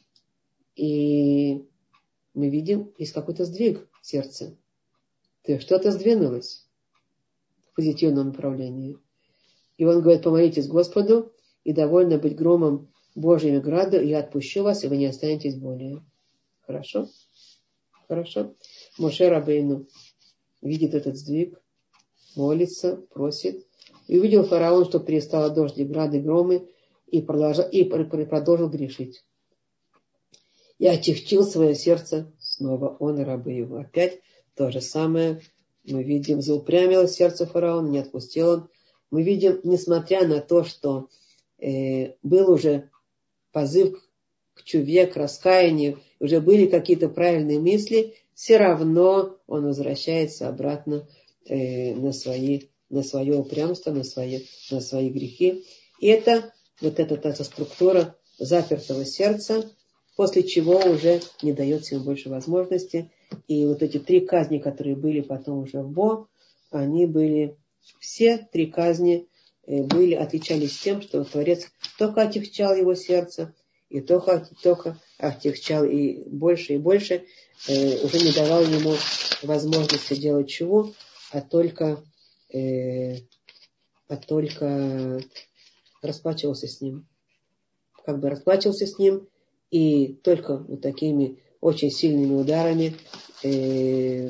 и мы видим, есть какой-то сдвиг в сердце. То есть что-то сдвинулось в позитивном направлении. И он говорит, помолитесь Господу, и довольно быть громом Божьим и граду, и я отпущу вас, и вы не останетесь более. Хорошо? Хорошо? Моше Рабейну видит этот сдвиг, молится, просит. И увидел фараон, что перестало дождь, и грады, громы, и продолжал, и продолжил грешить. И отягчил свое сердце снова он и рабы его. Опять то же самое. Мы видим, заупрямилось сердце фараона, не отпустил он. Мы видим, несмотря на то, что э, был уже позыв к чуве, к раскаянию, уже были какие-то правильные мысли, все равно он возвращается обратно э, на, свои, на свое упрямство, на свои, на свои грехи. И это вот эта, эта структура запертого сердца, после чего уже не дается ему больше возможности. И вот эти три казни, которые были потом уже в Бо, они были, все три казни были, отличались тем, что Творец только отягчал его сердце, и только, только отягчал и больше и больше, э, уже не давал ему возможности делать чего, а только, э, а только расплачивался с ним. Как бы расплачивался с ним, и только вот такими очень сильными ударами э,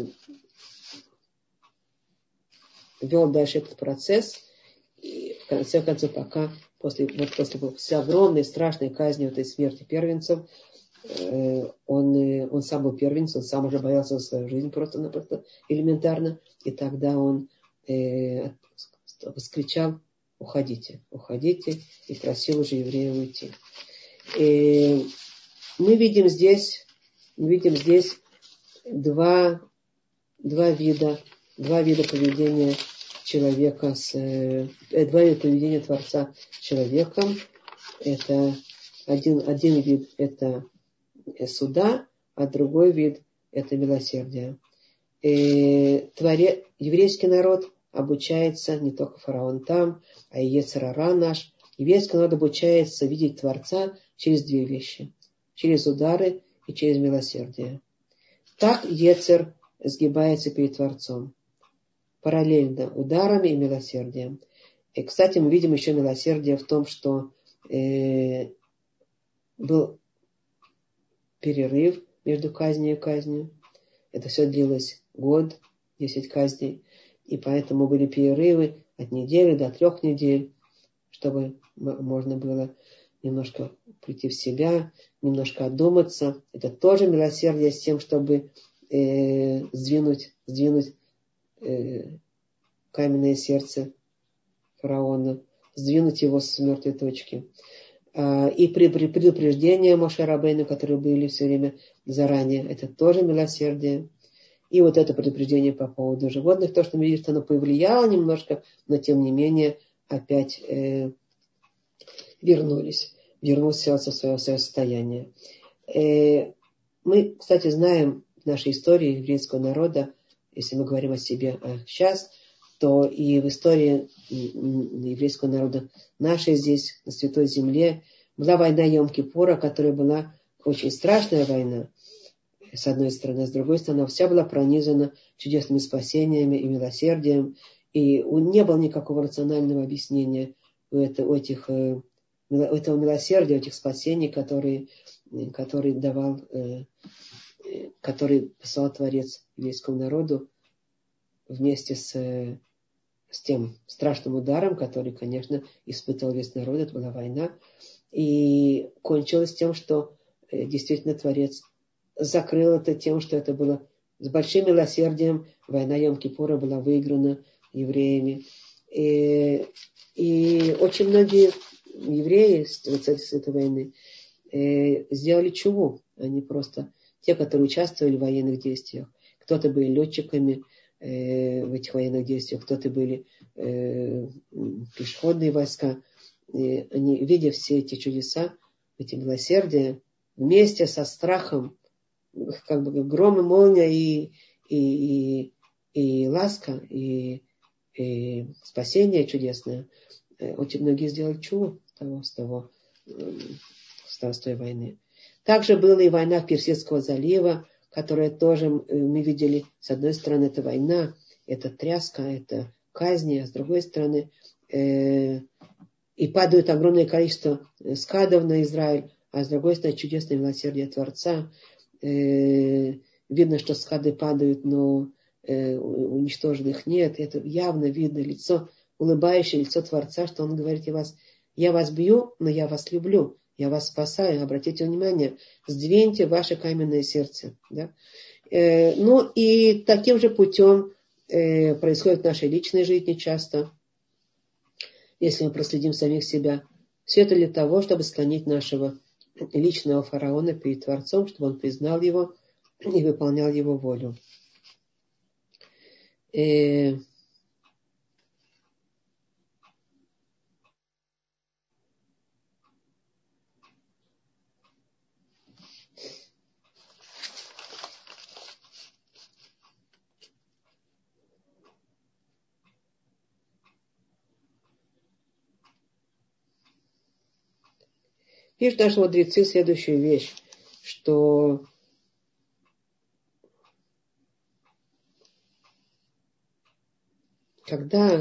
вел дальше этот процесс. И в конце концов, пока после, вот после, после огромной страшной казни этой смерти первенцев, э, он, э, он сам был первенцем, он сам уже боялся за свою жизнь просто-напросто элементарно. И тогда он э, вскричал: уходите, уходите, и просил уже евреев уйти. И мы видим здесь, мы видим здесь два, два вида, два вида поведения человека с, э, два вида поведения Творца с человеком. Это один, один вид это суда, а другой вид это милосердие. И творе, еврейский народ обучается, не только фараон там, а и йецер ара наш. Еврейский народ обучается видеть Творца через две вещи. Через удары и через милосердие. Так йецер сгибается перед Творцом. Параллельно ударами и милосердием. И, кстати, мы видим еще милосердие в том, что э, был перерыв между казнью и казнью. Это все длилось год, десять казней. И поэтому были перерывы от недели до трех недель, чтобы можно было немножко прийти в себя, немножко одуматься. Это тоже милосердие с тем, чтобы э, сдвинуть, сдвинуть э, каменное сердце фараона, сдвинуть его с мертвой точки. А, и при, при предупреждении Моше Рабейну, которые были все время заранее, это тоже милосердие. И вот это предупреждение по поводу животных, то, что мы видим, что оно повлияло немножко, но тем не менее опять э, вернулись, вернулось сердце в свое, в свое состояние. Э, мы, кстати, знаем в нашей истории еврейского народа, если мы говорим о себе а сейчас, что и в истории еврейского народа нашей здесь, на Святой Земле, была война Йом-Кипура, которая была очень страшная война, с одной стороны, с другой стороны, вся была пронизана чудесными спасениями и милосердием, и не было никакого рационального объяснения у, это, у, этих, у этого милосердия, у этих спасений, которые, которые давал, который послал Творец еврейскому народу вместе с, с тем страшным ударом, который, конечно, испытывал весь народ. Это была война. И кончилось тем, что действительно Творец закрыл это тем, что это было с большим милосердием. Война Йом-Кипура была выиграна евреями. И, и очень многие евреи с этой войны сделали чуву. Они просто те, которые участвовали в военных действиях. Кто-то были летчиками э, в этих военных действиях, кто-то были э, пешеходные войска. И они, видя все эти чудеса, эти милосердия, вместе со страхом, как бы гром и молния и, и, и, и ласка, и, и спасение чудесное, э, очень многие сделали чуву с того, с того, с той войны. Также была и война Персидского залива, которая тоже мы видели, с одной стороны, это война, это тряска, это казни, а с другой стороны, э, и падают огромное количество скадов на Израиль, а с другой стороны, чудесное милосердие Творца. Э, видно, что скады падают, но э, уничтоженных нет. Это явно видно лицо, улыбающее лицо Творца, что он говорит: я вас, я вас бью, но я вас люблю. Я вас спасаю, обратите внимание, сдвиньте ваше каменное сердце. Да? Э, ну и таким же путем э, происходит в нашей личной жизни часто, если мы проследим самих себя. Все это для того, чтобы склонить нашего личного фараона перед Творцом, чтобы он признал его и выполнял его волю. Э, Пишут наши мудрецы следующую вещь, что когда,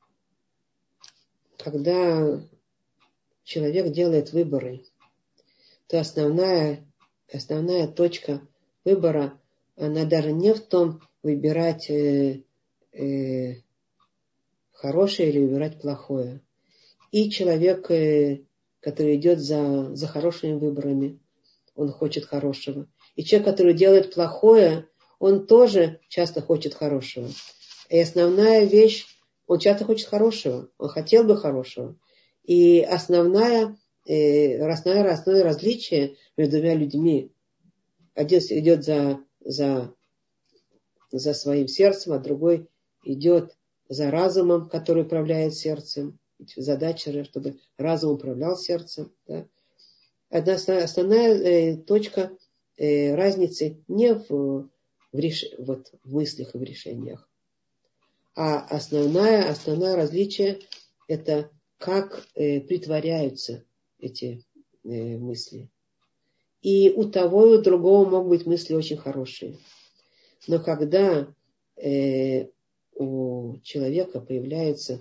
когда человек делает выборы, то основная, основная точка выбора, она даже не в том, выбирать э, э, хорошее или выбирать плохое. И человек, э, который идет за, за хорошими выборами, он хочет хорошего. И человек, который делает плохое, он тоже часто хочет хорошего. И основная вещь, он часто хочет хорошего, он хотел бы хорошего. И основная, э, основное, основное различие между двумя людьми, один идет за, за, за своим сердцем, а другой идет за разумом, который управляет сердцем. Задача, чтобы разум управлял сердцем. Да? Одна основная э, точка э, разницы не в, в, реш... вот, в мыслях и в решениях, а основное, основное различие – это как э, притворяются эти э, мысли. И у того и у другого могут быть мысли очень хорошие. Но когда э, у человека появляется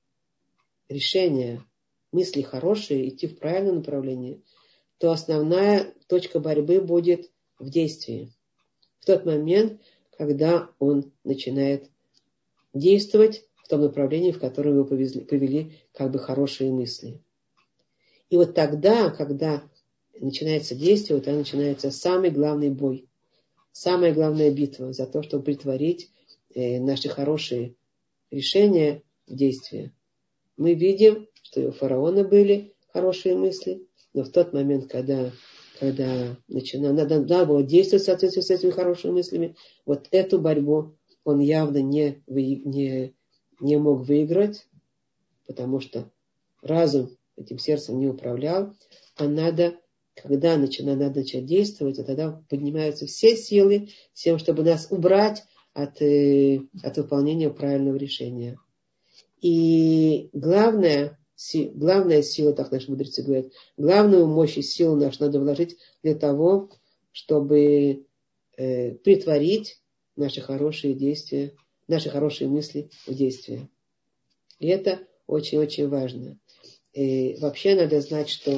решение, мысли хорошие, идти в правильном направлении, то основная точка борьбы будет в действии. В тот момент, когда он начинает действовать в том направлении, в котором его повезли, повели как бы хорошие мысли. И вот тогда, когда начинается действие, вот тогда начинается самый главный бой, самая главная битва за то, чтобы претворить э, наши хорошие решения в действие. Мы видим, что и у фараона были хорошие мысли, но в тот момент, когда, когда начинало, надо, надо было действовать в соответствии с этими хорошими мыслями, вот эту борьбу он явно не, не, не мог выиграть, потому что разум этим сердцем не управлял, а надо, когда начинать, надо начать действовать, а тогда поднимаются все силы с тем, чтобы нас убрать от, от выполнения правильного решения. И главное, главная сила, так наши мудрецы говорят, главную мощь и силу нашу надо вложить для того, чтобы э, притворить наши хорошие действия, наши хорошие мысли в действие. И это очень-очень важно. И вообще надо знать, что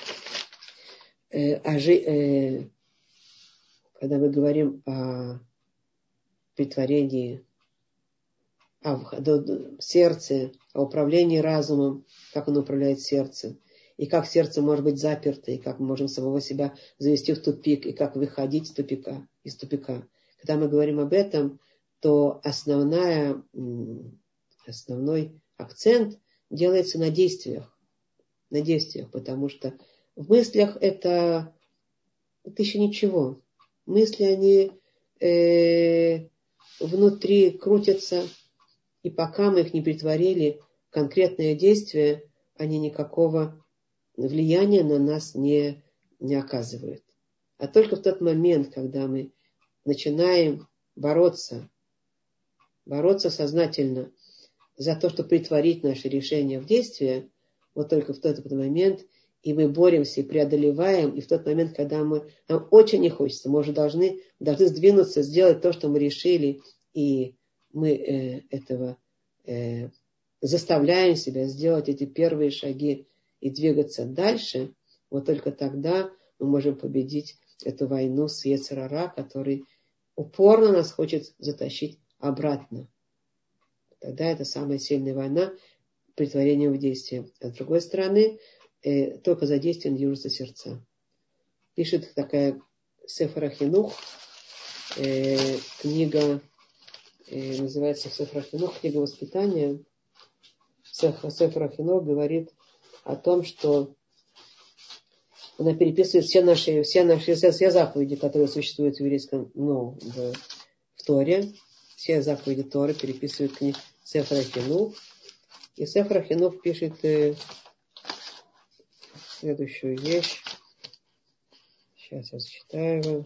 э, ожи, э, когда мы говорим о притворении, о сердце, о управлении разумом, как он управляет сердцем, и как сердце может быть заперто, и как мы можем самого себя завести в тупик, и как выходить из тупика. Из тупика. Когда мы говорим об этом, то основная, основной акцент делается на действиях. На действиях, потому что в мыслях это, это еще ничего. Мысли, они э, внутри крутятся, и пока мы их не притворили в конкретное действие, они никакого влияния на нас не, не оказывают. А только в тот момент, когда мы начинаем бороться, бороться сознательно за то, чтобы притворить наши решения в действие, вот только в тот момент и мы боремся, и преодолеваем, и в тот момент, когда мы, нам очень не хочется, мы уже должны, должны сдвинуться, сделать то, что мы решили, и мы э, этого э, заставляем себя сделать эти первые шаги и двигаться дальше, вот только тогда мы можем победить эту войну с йецер ара, который упорно нас хочет затащить обратно. Тогда это самая сильная война претворением в действие. А с другой стороны, э, только за действием движутся сердца. Пишет такая Сефер ха-Хинух, э, книга, э, называется Сефер ха-Хинух, книга воспитания. Сефер ха-Хинух говорит о том, что она переписывает все наши, все наши все заповеди, которые существуют в еврейском, ну, в, в Торе. Все заповеди Торы переписывает книга Сефер ха-Хинух. И Сефер ха-Хинух пишет э, следующую вещь. Сейчас я зачитаю вам.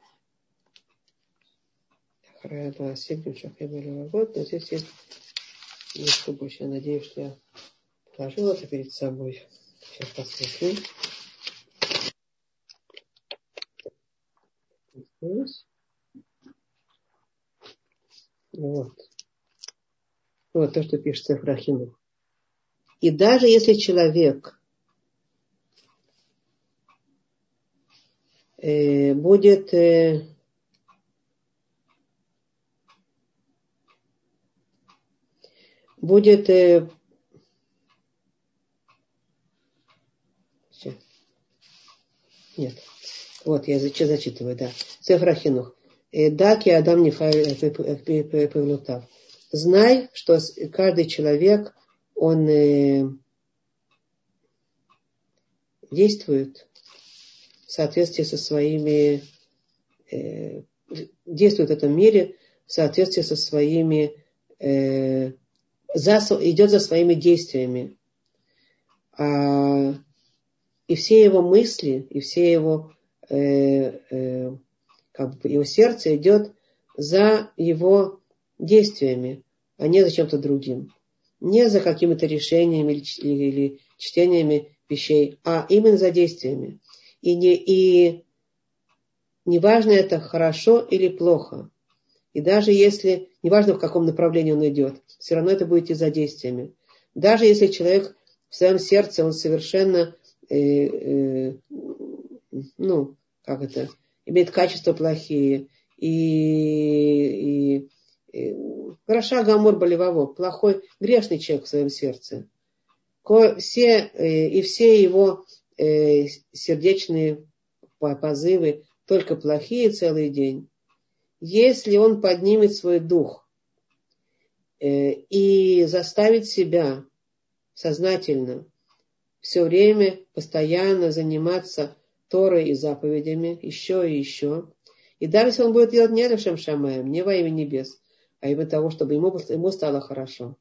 Вот, но здесь есть немножко больше. Я надеюсь, что я положил это перед собой. Сейчас посмотрим. Здесь. Вот. Вот то, что пишет Сефер ха-Хинух. И даже если человек э, будет э, будет э, нет, вот я зачитываю, да. Сефер ха-Хинух. Даки Адам не павлютав. Знай, что каждый человек, он э, действует в соответствии со своими, э, действует в этом мире в соответствии со своими, э, за, идет за своими действиями. А, и все его мысли, и все его, э, э, как бы его сердце идет за его действиями, а не за чем-то другим. Не за какими-то решениями или, или чтениями вещей, а именно за действиями. И не, и не важно это хорошо или плохо. И даже если, не важно в каком направлении он идет, все равно это будет идти за действиями. Даже если человек в своем сердце, он совершенно, э, э, ну, как это, имеет качества плохие, и, и, и Раша Гамор Болеваво, плохой, грешный человек в своем сердце. Все, э, и все его э, сердечные позывы только плохие целый день. Если он поднимет свой дух э, и заставит себя сознательно все время, постоянно заниматься Торой и заповедями, еще и еще, и даже если он будет делать не Лешем Шамаем, не во имя небес, а именно того, чтобы ему, ему стало хорошо,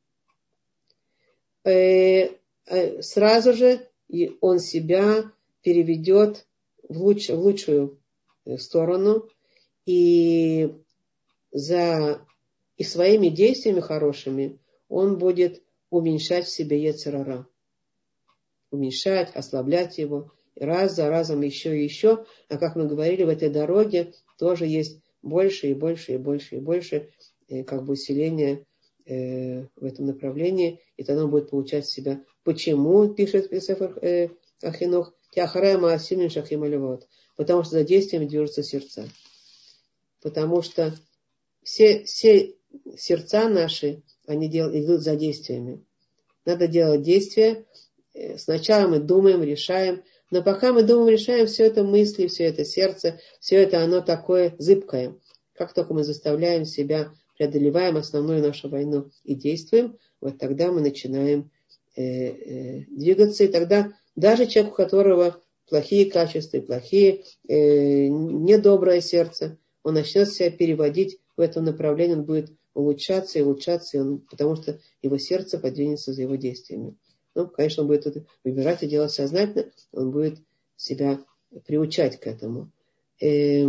э, э, сразу же он себя переведет в, луч, в лучшую сторону, и за И своими действиями хорошими он будет уменьшать в себе йецер ара. Уменьшать, ослаблять его. И раз за разом еще и еще. А как мы говорили, в этой дороге тоже есть больше и больше и больше и больше э, как бы усиления э, в этом направлении. И тогда он будет получать в себя. Почему, пишет Сефер э, Ахинух, Тиахарая Маасимин Шахим Алевот. Потому что за действием движутся сердца. Потому что все, все сердца наши, они дел, идут за действиями. Надо делать действия. Сначала мы думаем, решаем. Но пока мы думаем, решаем, все это мысли, все это сердце, все это оно такое зыбкое. Как только мы заставляем себя, преодолеваем основную нашу войну и действуем, вот тогда мы начинаем э, э, двигаться. И тогда даже человек, у которого плохие качества, плохие, э, недоброе сердце, он начнет себя переводить в этом направлении, он будет улучшаться и улучшаться, и он, потому что его сердце подвинется за его действиями. Ну, конечно, он будет это выбирать и делать сознательно, он будет себя приучать к этому. Э,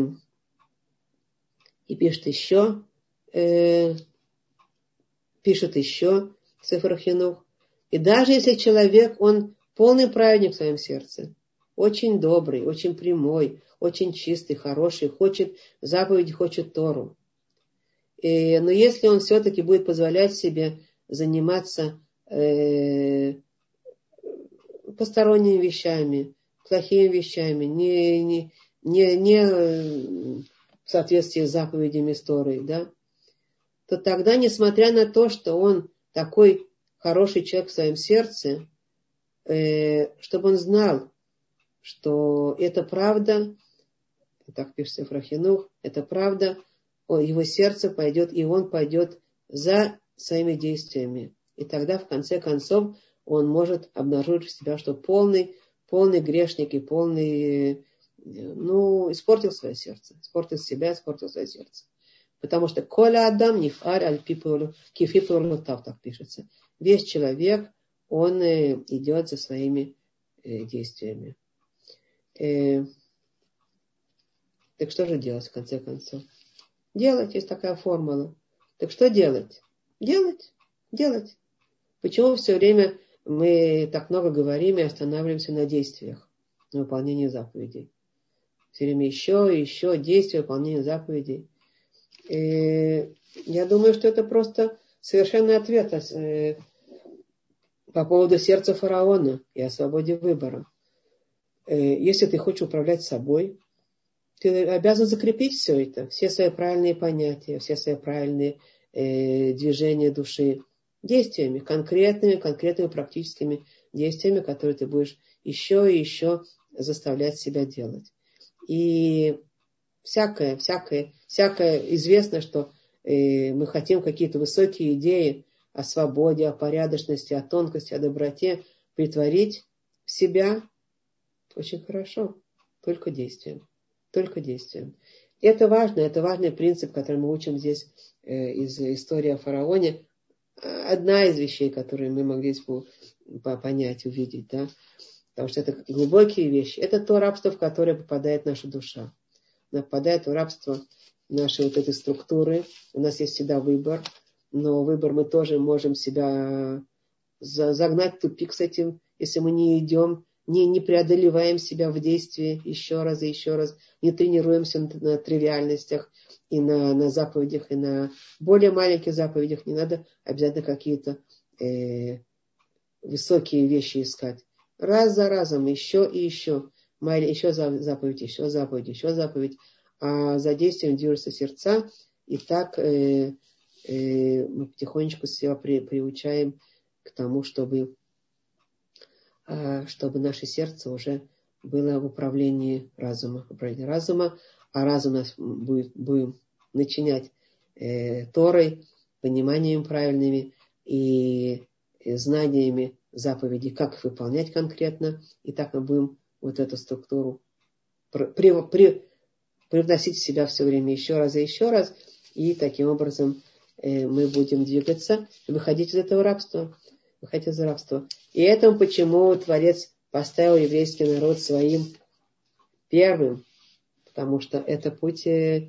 и пишет еще, э, пишет еще Сефер Хинух. И даже если человек, он полный праведник в своем сердце, очень добрый, очень прямой, очень чистый, хороший, хочет заповеди, хочет Тору. И, но если он все-таки будет позволять себе заниматься э, посторонними вещами, плохими вещами, не, не, не, не в соответствии с заповедями Торы, да, то тогда, несмотря на то, что он такой хороший человек в своем сердце, э, чтобы он знал, что это правда, так пишет Сефер Хинух, это правда, его сердце пойдет, и он пойдет за своими действиями. И тогда, в конце концов, он может обнаружить в себя, что полный, полный грешник и полный, ну, испортил свое сердце, испортил себя, испортил свое сердце. Потому что «Коля Адам нифарь аль кифипуру тав», так пишется. Весь человек, он идет за своими действиями. Так что же делать, в конце концов? Делать, есть такая формула. Так что делать? Делать, делать. Почему все время мы так много говорим и останавливаемся на действиях, на выполнении заповедей? Все время еще и еще действия, выполнение заповедей. И я думаю, что это просто совершенный ответ по поводу сердца фараона и о свободе выбора. Если ты хочешь управлять собой, ты обязан закрепить все это, все свои правильные понятия, все свои правильные э, движения души действиями, конкретными, конкретными практическими действиями, которые ты будешь еще и еще заставлять себя делать. И всякое, всякое, всякое известно, что э, мы хотим какие-то высокие идеи о свободе, о порядочности, о тонкости, о доброте притворить в себя. Очень хорошо, только действием. Только действием. И это важно, это важный принцип, который мы учим здесь э, из истории о фараоне. Одна из вещей, которые мы могли понять, увидеть, да, потому что это глубокие вещи. Это то рабство, в которое попадает наша душа. Она попадает в рабство нашей вот этой структуры. У нас есть всегда выбор, но выбор мы тоже можем себя загнать в тупик с этим, если мы не идем, Не, не преодолеваем себя в действии еще раз и еще раз, не тренируемся на, на тривиальностях и на, на заповедях, и на более маленьких заповедях. Не надо обязательно какие-то э, высокие вещи искать. Раз за разом, еще и еще. Еще заповедь, еще заповедь, еще заповедь. А за действием движутся сердца. И так э, э, мы потихонечку себя при, приучаем к тому, чтобы чтобы наше сердце уже было в управлении разума, управлении разума, а разум нас будет, будем начинять э, Торой, пониманием правильными и, и знаниями заповедей, как их выполнять конкретно, и так мы будем вот эту структуру при, при, привносить в себя все время еще раз и еще раз, и таким образом э, мы будем двигаться, выходить из этого рабства. Выходить из рабства. И это почему Творец поставил еврейский народ своим первым, потому что это путь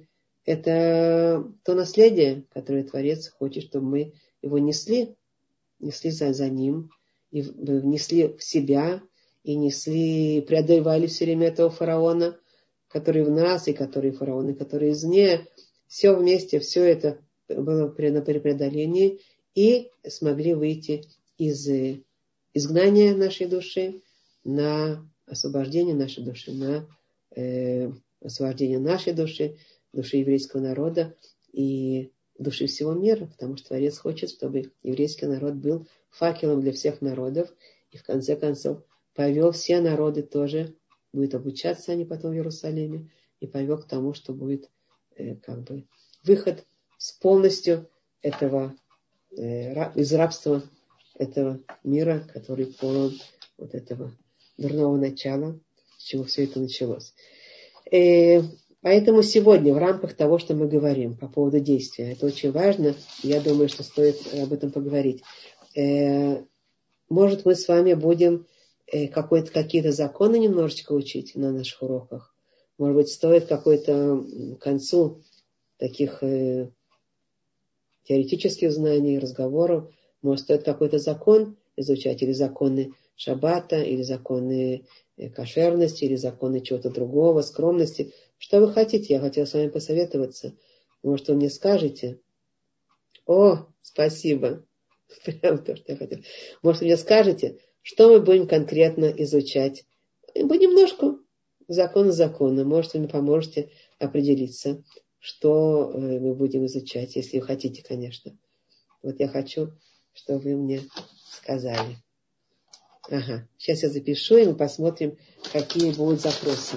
это то наследие, которое Творец хочет, чтобы мы его несли, несли за, за ним, и внесли в себя, и несли, преодолевали все время этого фараона, который в нас, и который фараон, и который извне. Все вместе, все это было на преодолении, и смогли выйти из изгнания нашей души на освобождение нашей души, на э, освобождение нашей души, души еврейского народа и души всего мира, потому что Творец хочет, чтобы еврейский народ был факелом для всех народов, и в конце концов повел все народы тоже, будет обучаться они потом в Иерусалиме, и повел к тому, что будет э, как бы выход с полностью этого э, из рабства этого мира, который полон вот этого дурного начала, с чего все это началось. Э, поэтому сегодня в рамках того, что мы говорим по поводу действия, это очень важно, я думаю, что стоит об этом поговорить. Э, может, мы с вами будем э, какой-то, какие-то законы немножечко учить на наших уроках. Может быть, стоит какой-то к концу таких э, теоретических знаний, разговоров, может, стоит какой-то закон изучать, или законы шаббата, или законы кошерности, или законы чего-то другого, скромности. Что вы хотите? Я хотела с вами посоветоваться. Может, вы мне скажете? О, спасибо. Прям то, что я хотела. Может, вы мне скажете, что мы будем конкретно изучать? Понемножку. Закон закона. Может, вы мне поможете определиться, что мы будем изучать, если вы хотите, конечно. Вот я хочу, чтобы вы мне сказали. Ага, сейчас я запишу, и мы посмотрим, какие будут запросы.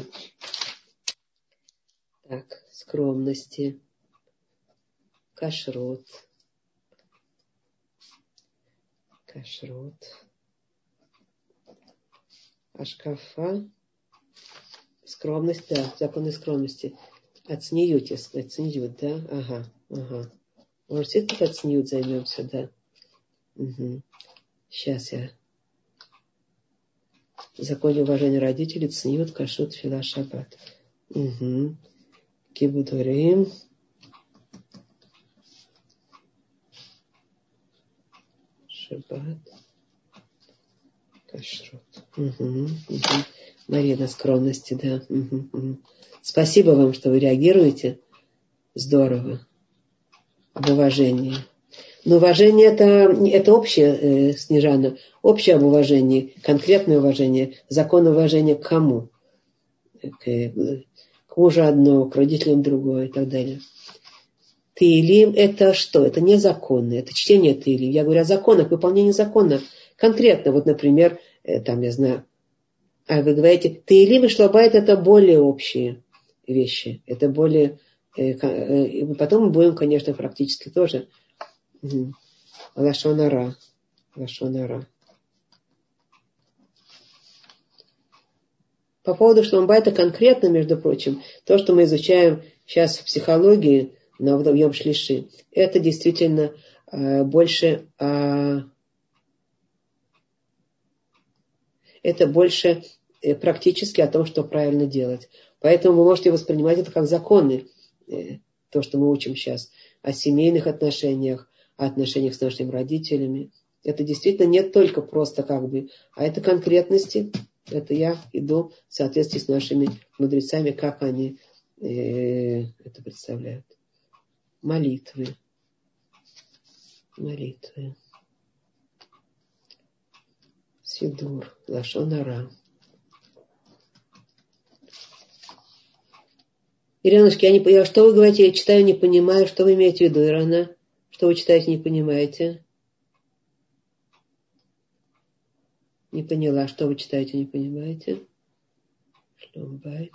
Так, скромности, кашрут, кашрут, ашкафа, скромность, да, законы скромности. Оцниют, я сказать, оцниют, да? Ага, ага. Может, это оцниют займемся, да? Угу. Сейчас я. Законе уважения родителей, цниют, кашрут, фила, шаббат. Угу. Кибудорим. Шаббат. Кашрут. Угу. Угу. Мария на скромности, да. Угу. Угу. Спасибо вам, что вы реагируете. Здорово. Об уважении. Но уважение это, это общее, э, Снежана, общее об уважении, конкретное уважение, закон уважения к кому? К, к мужу одно, к родителям другое и так далее. Теилим это что? Это не законы, это чтение Теилим. Я говорю о законах, выполнении закона. Конкретно, вот, например, э, там, я знаю, а вы говорите, Теилим и Шлабайт это более общие вещи. Это более... Э, э, потом мы будем, конечно, практически тоже... Угу. Лашон ара. Лашон ара. По поводу шломбайта конкретно, между прочим, то, что мы изучаем сейчас в психологии на Йом Шлиши, это действительно э, больше э, это больше э, практически о том, что правильно делать. Поэтому вы можете воспринимать это как законы, э, то, что мы учим сейчас, о семейных отношениях, о отношениях с нашими родителями. Это действительно не только просто как бы, а это конкретности. Это я иду в соответствии с нашими мудрецами, как они э, это представляют. Молитвы. Молитвы. Сидур. Лашон ара. Ириночки, я не понимаю, что вы говорите, я читаю, не понимаю, что вы имеете в виду, Ирана? Что вы читаете, не понимаете? Не поняла, что вы читаете, не понимаете? Шломбайт.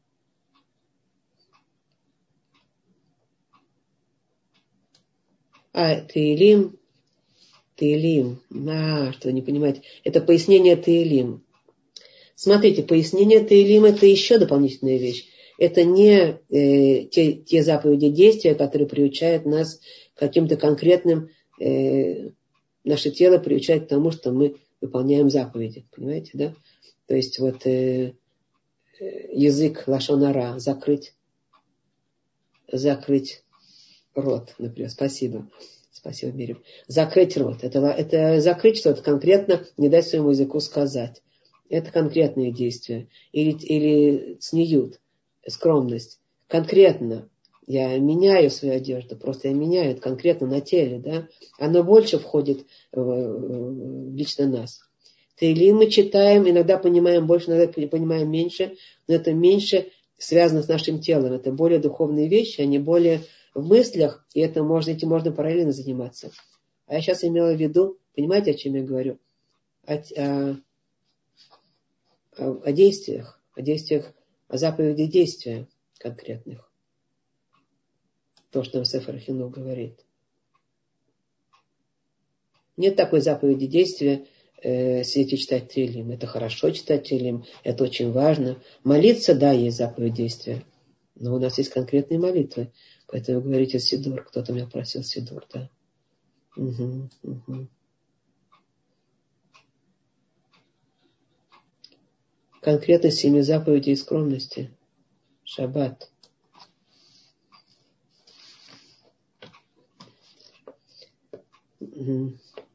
А, Теилим. Теилим. А, что вы не понимаете. Это пояснение Теилим. Смотрите, пояснение Теилим это еще дополнительная вещь. Это не э, те, те заповеди действия, которые приучают нас к каким-то конкретным... Э, наше тело приучает к тому, что мы выполняем заповеди. Понимаете, да? То есть вот э, язык лашон ара закрыть. закрыть рот, например. Спасибо. Спасибо, Мирим. Закрыть рот. Это, это закрыть что-то конкретно, не дать своему языку сказать. Это конкретные действия. Или, или цниют, скромность. Конкретно я меняю свою одежду, просто я меняю это конкретно на теле. Да? Оно больше входит в, в лично нас. Теилим мы читаем, иногда понимаем больше, иногда понимаем меньше, но это меньше связано с нашим телом. Это более духовные вещи, они более в мыслях, и это можно, этим можно параллельно заниматься. А я сейчас имела в виду, понимаете, о чем я говорю? О, о, о, о действиях, о действиях, о заповеди действия конкретных. То, что нам Сефер Хинух говорит. Нет такой заповеди действия, э, сидеть и читать Теилим. Это хорошо читать Теилим, это очень важно. Молиться, да, есть заповедь действия. Но у нас есть конкретные молитвы. Поэтому вы говорите Сидур. Кто-то меня просил Сидур, да. Угу, угу. Конкретно семи заповедей скромности. Шаббат. Угу.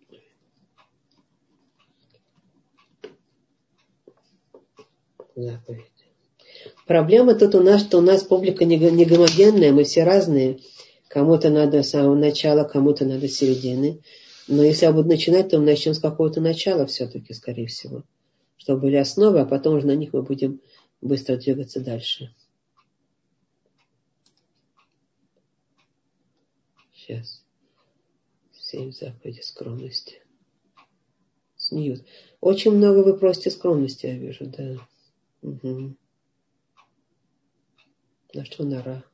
Заповедь. Проблема тут у нас, что у нас публика не гомогенная, мы все разные. Кому-то надо с самого начала, кому-то надо с середины. Но если я буду начинать, то мы начнем с какого-то начала все-таки, скорее всего. Чтобы были основы, а потом уже на них мы будем быстро двигаться дальше. Сейчас. Семь заповедей скромности. Смеют. Очень много вы просите скромности, я вижу, да. Угу. На что нора?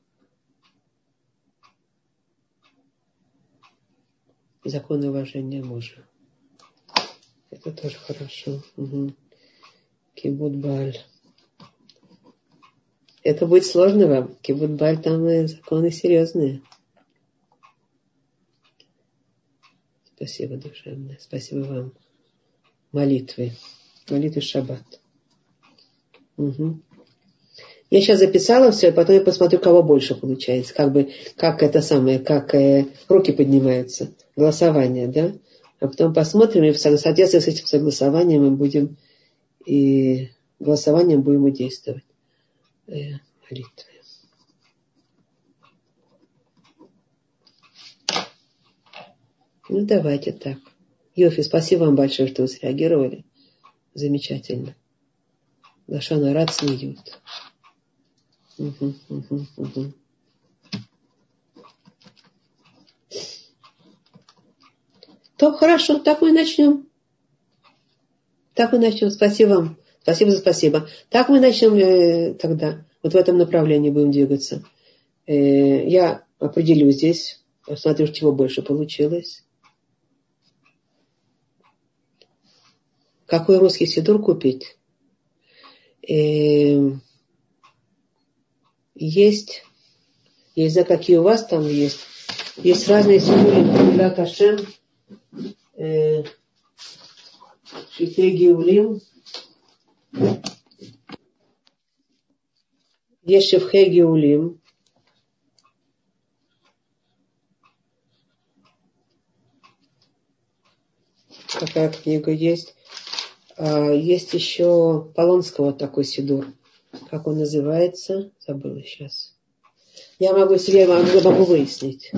Закон уважения мужа. Это тоже хорошо. Угу. Кибут Баль. Это будет сложно вам. Кибут Баль, там законы серьезные. Спасибо, душевное. Спасибо вам. Молитвы. Молитвы Шаббат. Угу. Я сейчас записала все, потом я посмотрю, кого больше получается. Как бы, как это самое, как э, руки поднимаются. Голосование, да? А потом посмотрим, и в соответствии с этим согласованием мы будем и голосованием будем и действовать. Э, молитвы. Ну, давайте так. Йофи, спасибо вам большое, что вы среагировали. Замечательно. Лашон ара цниют. Угу, угу, угу. То хорошо, так мы начнем. Так мы начнем. Спасибо вам. Спасибо за спасибо. Так мы начнем э, тогда. Вот в этом направлении будем двигаться. Э, я определю здесь. Посмотрю, чего больше получилось. Какой русский сидур купить? Э, есть. Я не знаю, какие у вас там есть. Есть разные сидуры для Ташем. Шитей Геулим. Есть Шевхей Геулим. Такая книга есть. А есть еще Полонского такой сидур. Как он называется? Забыла сейчас. Я могу себе могу, могу выяснить.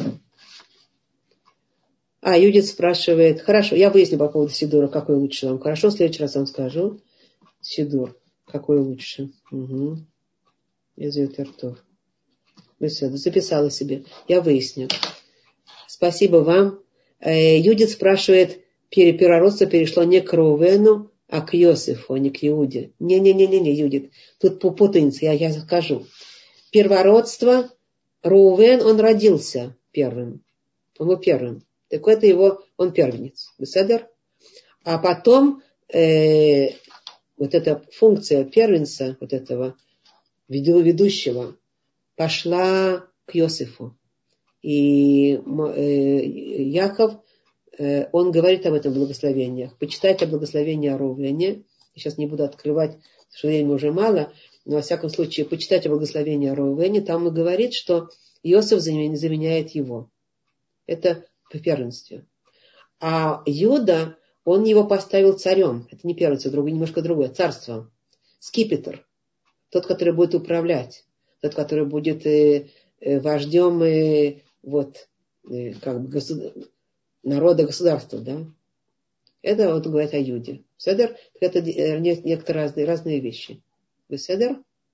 А, Юдит спрашивает. Хорошо, я выясню по поводу сидура, какой лучше вам. Хорошо, в следующий раз вам скажу. Сидур, какой лучше. Угу. Записала себе. Я выясню. Спасибо вам. Юдит спрашивает, первородство перешло не к Рувену, а к Йосифу, а не к Иуде. Не-не-не-не, Юдит. Тут путаница, я, я скажу. Первородство, Рувен, он родился первым. Он был первым. Так это его, он первенец. Беседер? А потом э, вот эта функция первенца, вот этого ведущего, пошла к Йосифу. И э, Яков, э, он говорит об этом благословениях. Почитайте благословение о Рувене. Я сейчас не буду открывать, потому что времени уже мало. но во всяком случае, почитайте благословение о Реувене, там и говорит, что Иосиф заменяет его. Это по первенству. А Иуда, он его поставил царем. Это не первенство, другое, немножко другое. Царство. Скипетр. Тот, который будет управлять. Тот, который будет э, э, вождем э, вот, э, как бы государ... народа, государства. Да? Это вот говорит о Юде. Седер, это э, некоторые разные, разные вещи. Вы седер?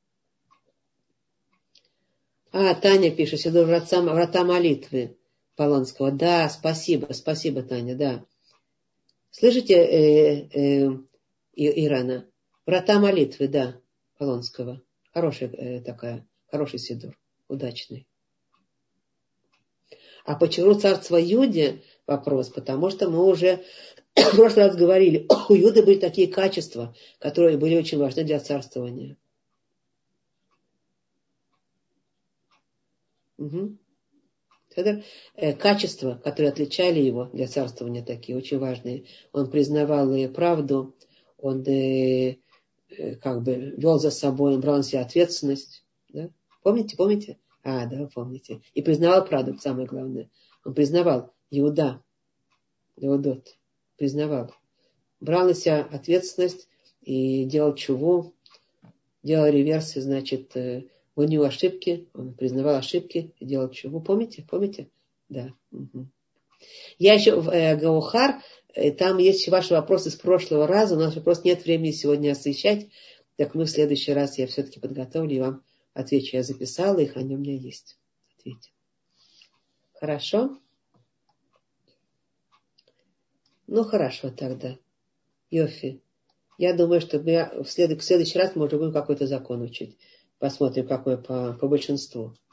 А, Таня пишет, Седер врата, врата молитвы Полонского. Да, спасибо, спасибо, Таня, да. Слышите, э, э, Ирана? Врата молитвы, да, Полонского. Хорошая э, такая, хороший Сидур, удачный. А почему царство Юде? Вопрос, потому что мы уже в прошлый раз говорили, у Юды были такие качества, которые были очень важны для царствования. Угу. Это, э, качества, которые отличали его для царствования, такие очень важные. Он признавал и правду, он э, э, как бы вел за собой, он брал на себя ответственность. Да? Помните, помните? А, да, помните. И признавал правду, самое главное. Он признавал Иуда, Иудот, признавал. Брал на себя ответственность и делал чуву, делал реверсы, значит, э, у него ошибки, он признавал ошибки и делал чуву. Помните? Помните? Да. Угу. Я еще в э, Гаухар, э, там есть ваши вопросы с прошлого раза, у нас просто нет времени сегодня освещать, так мы в следующий раз я все-таки подготовлю и вам отвечу. Я записала их, они у меня есть. Ответьте. Хорошо? Ну, хорошо тогда. Йофи. Я думаю, что мы в, след... в следующий раз мы уже будем какой-то закон учить. Посмотрим, какой по, по большинству.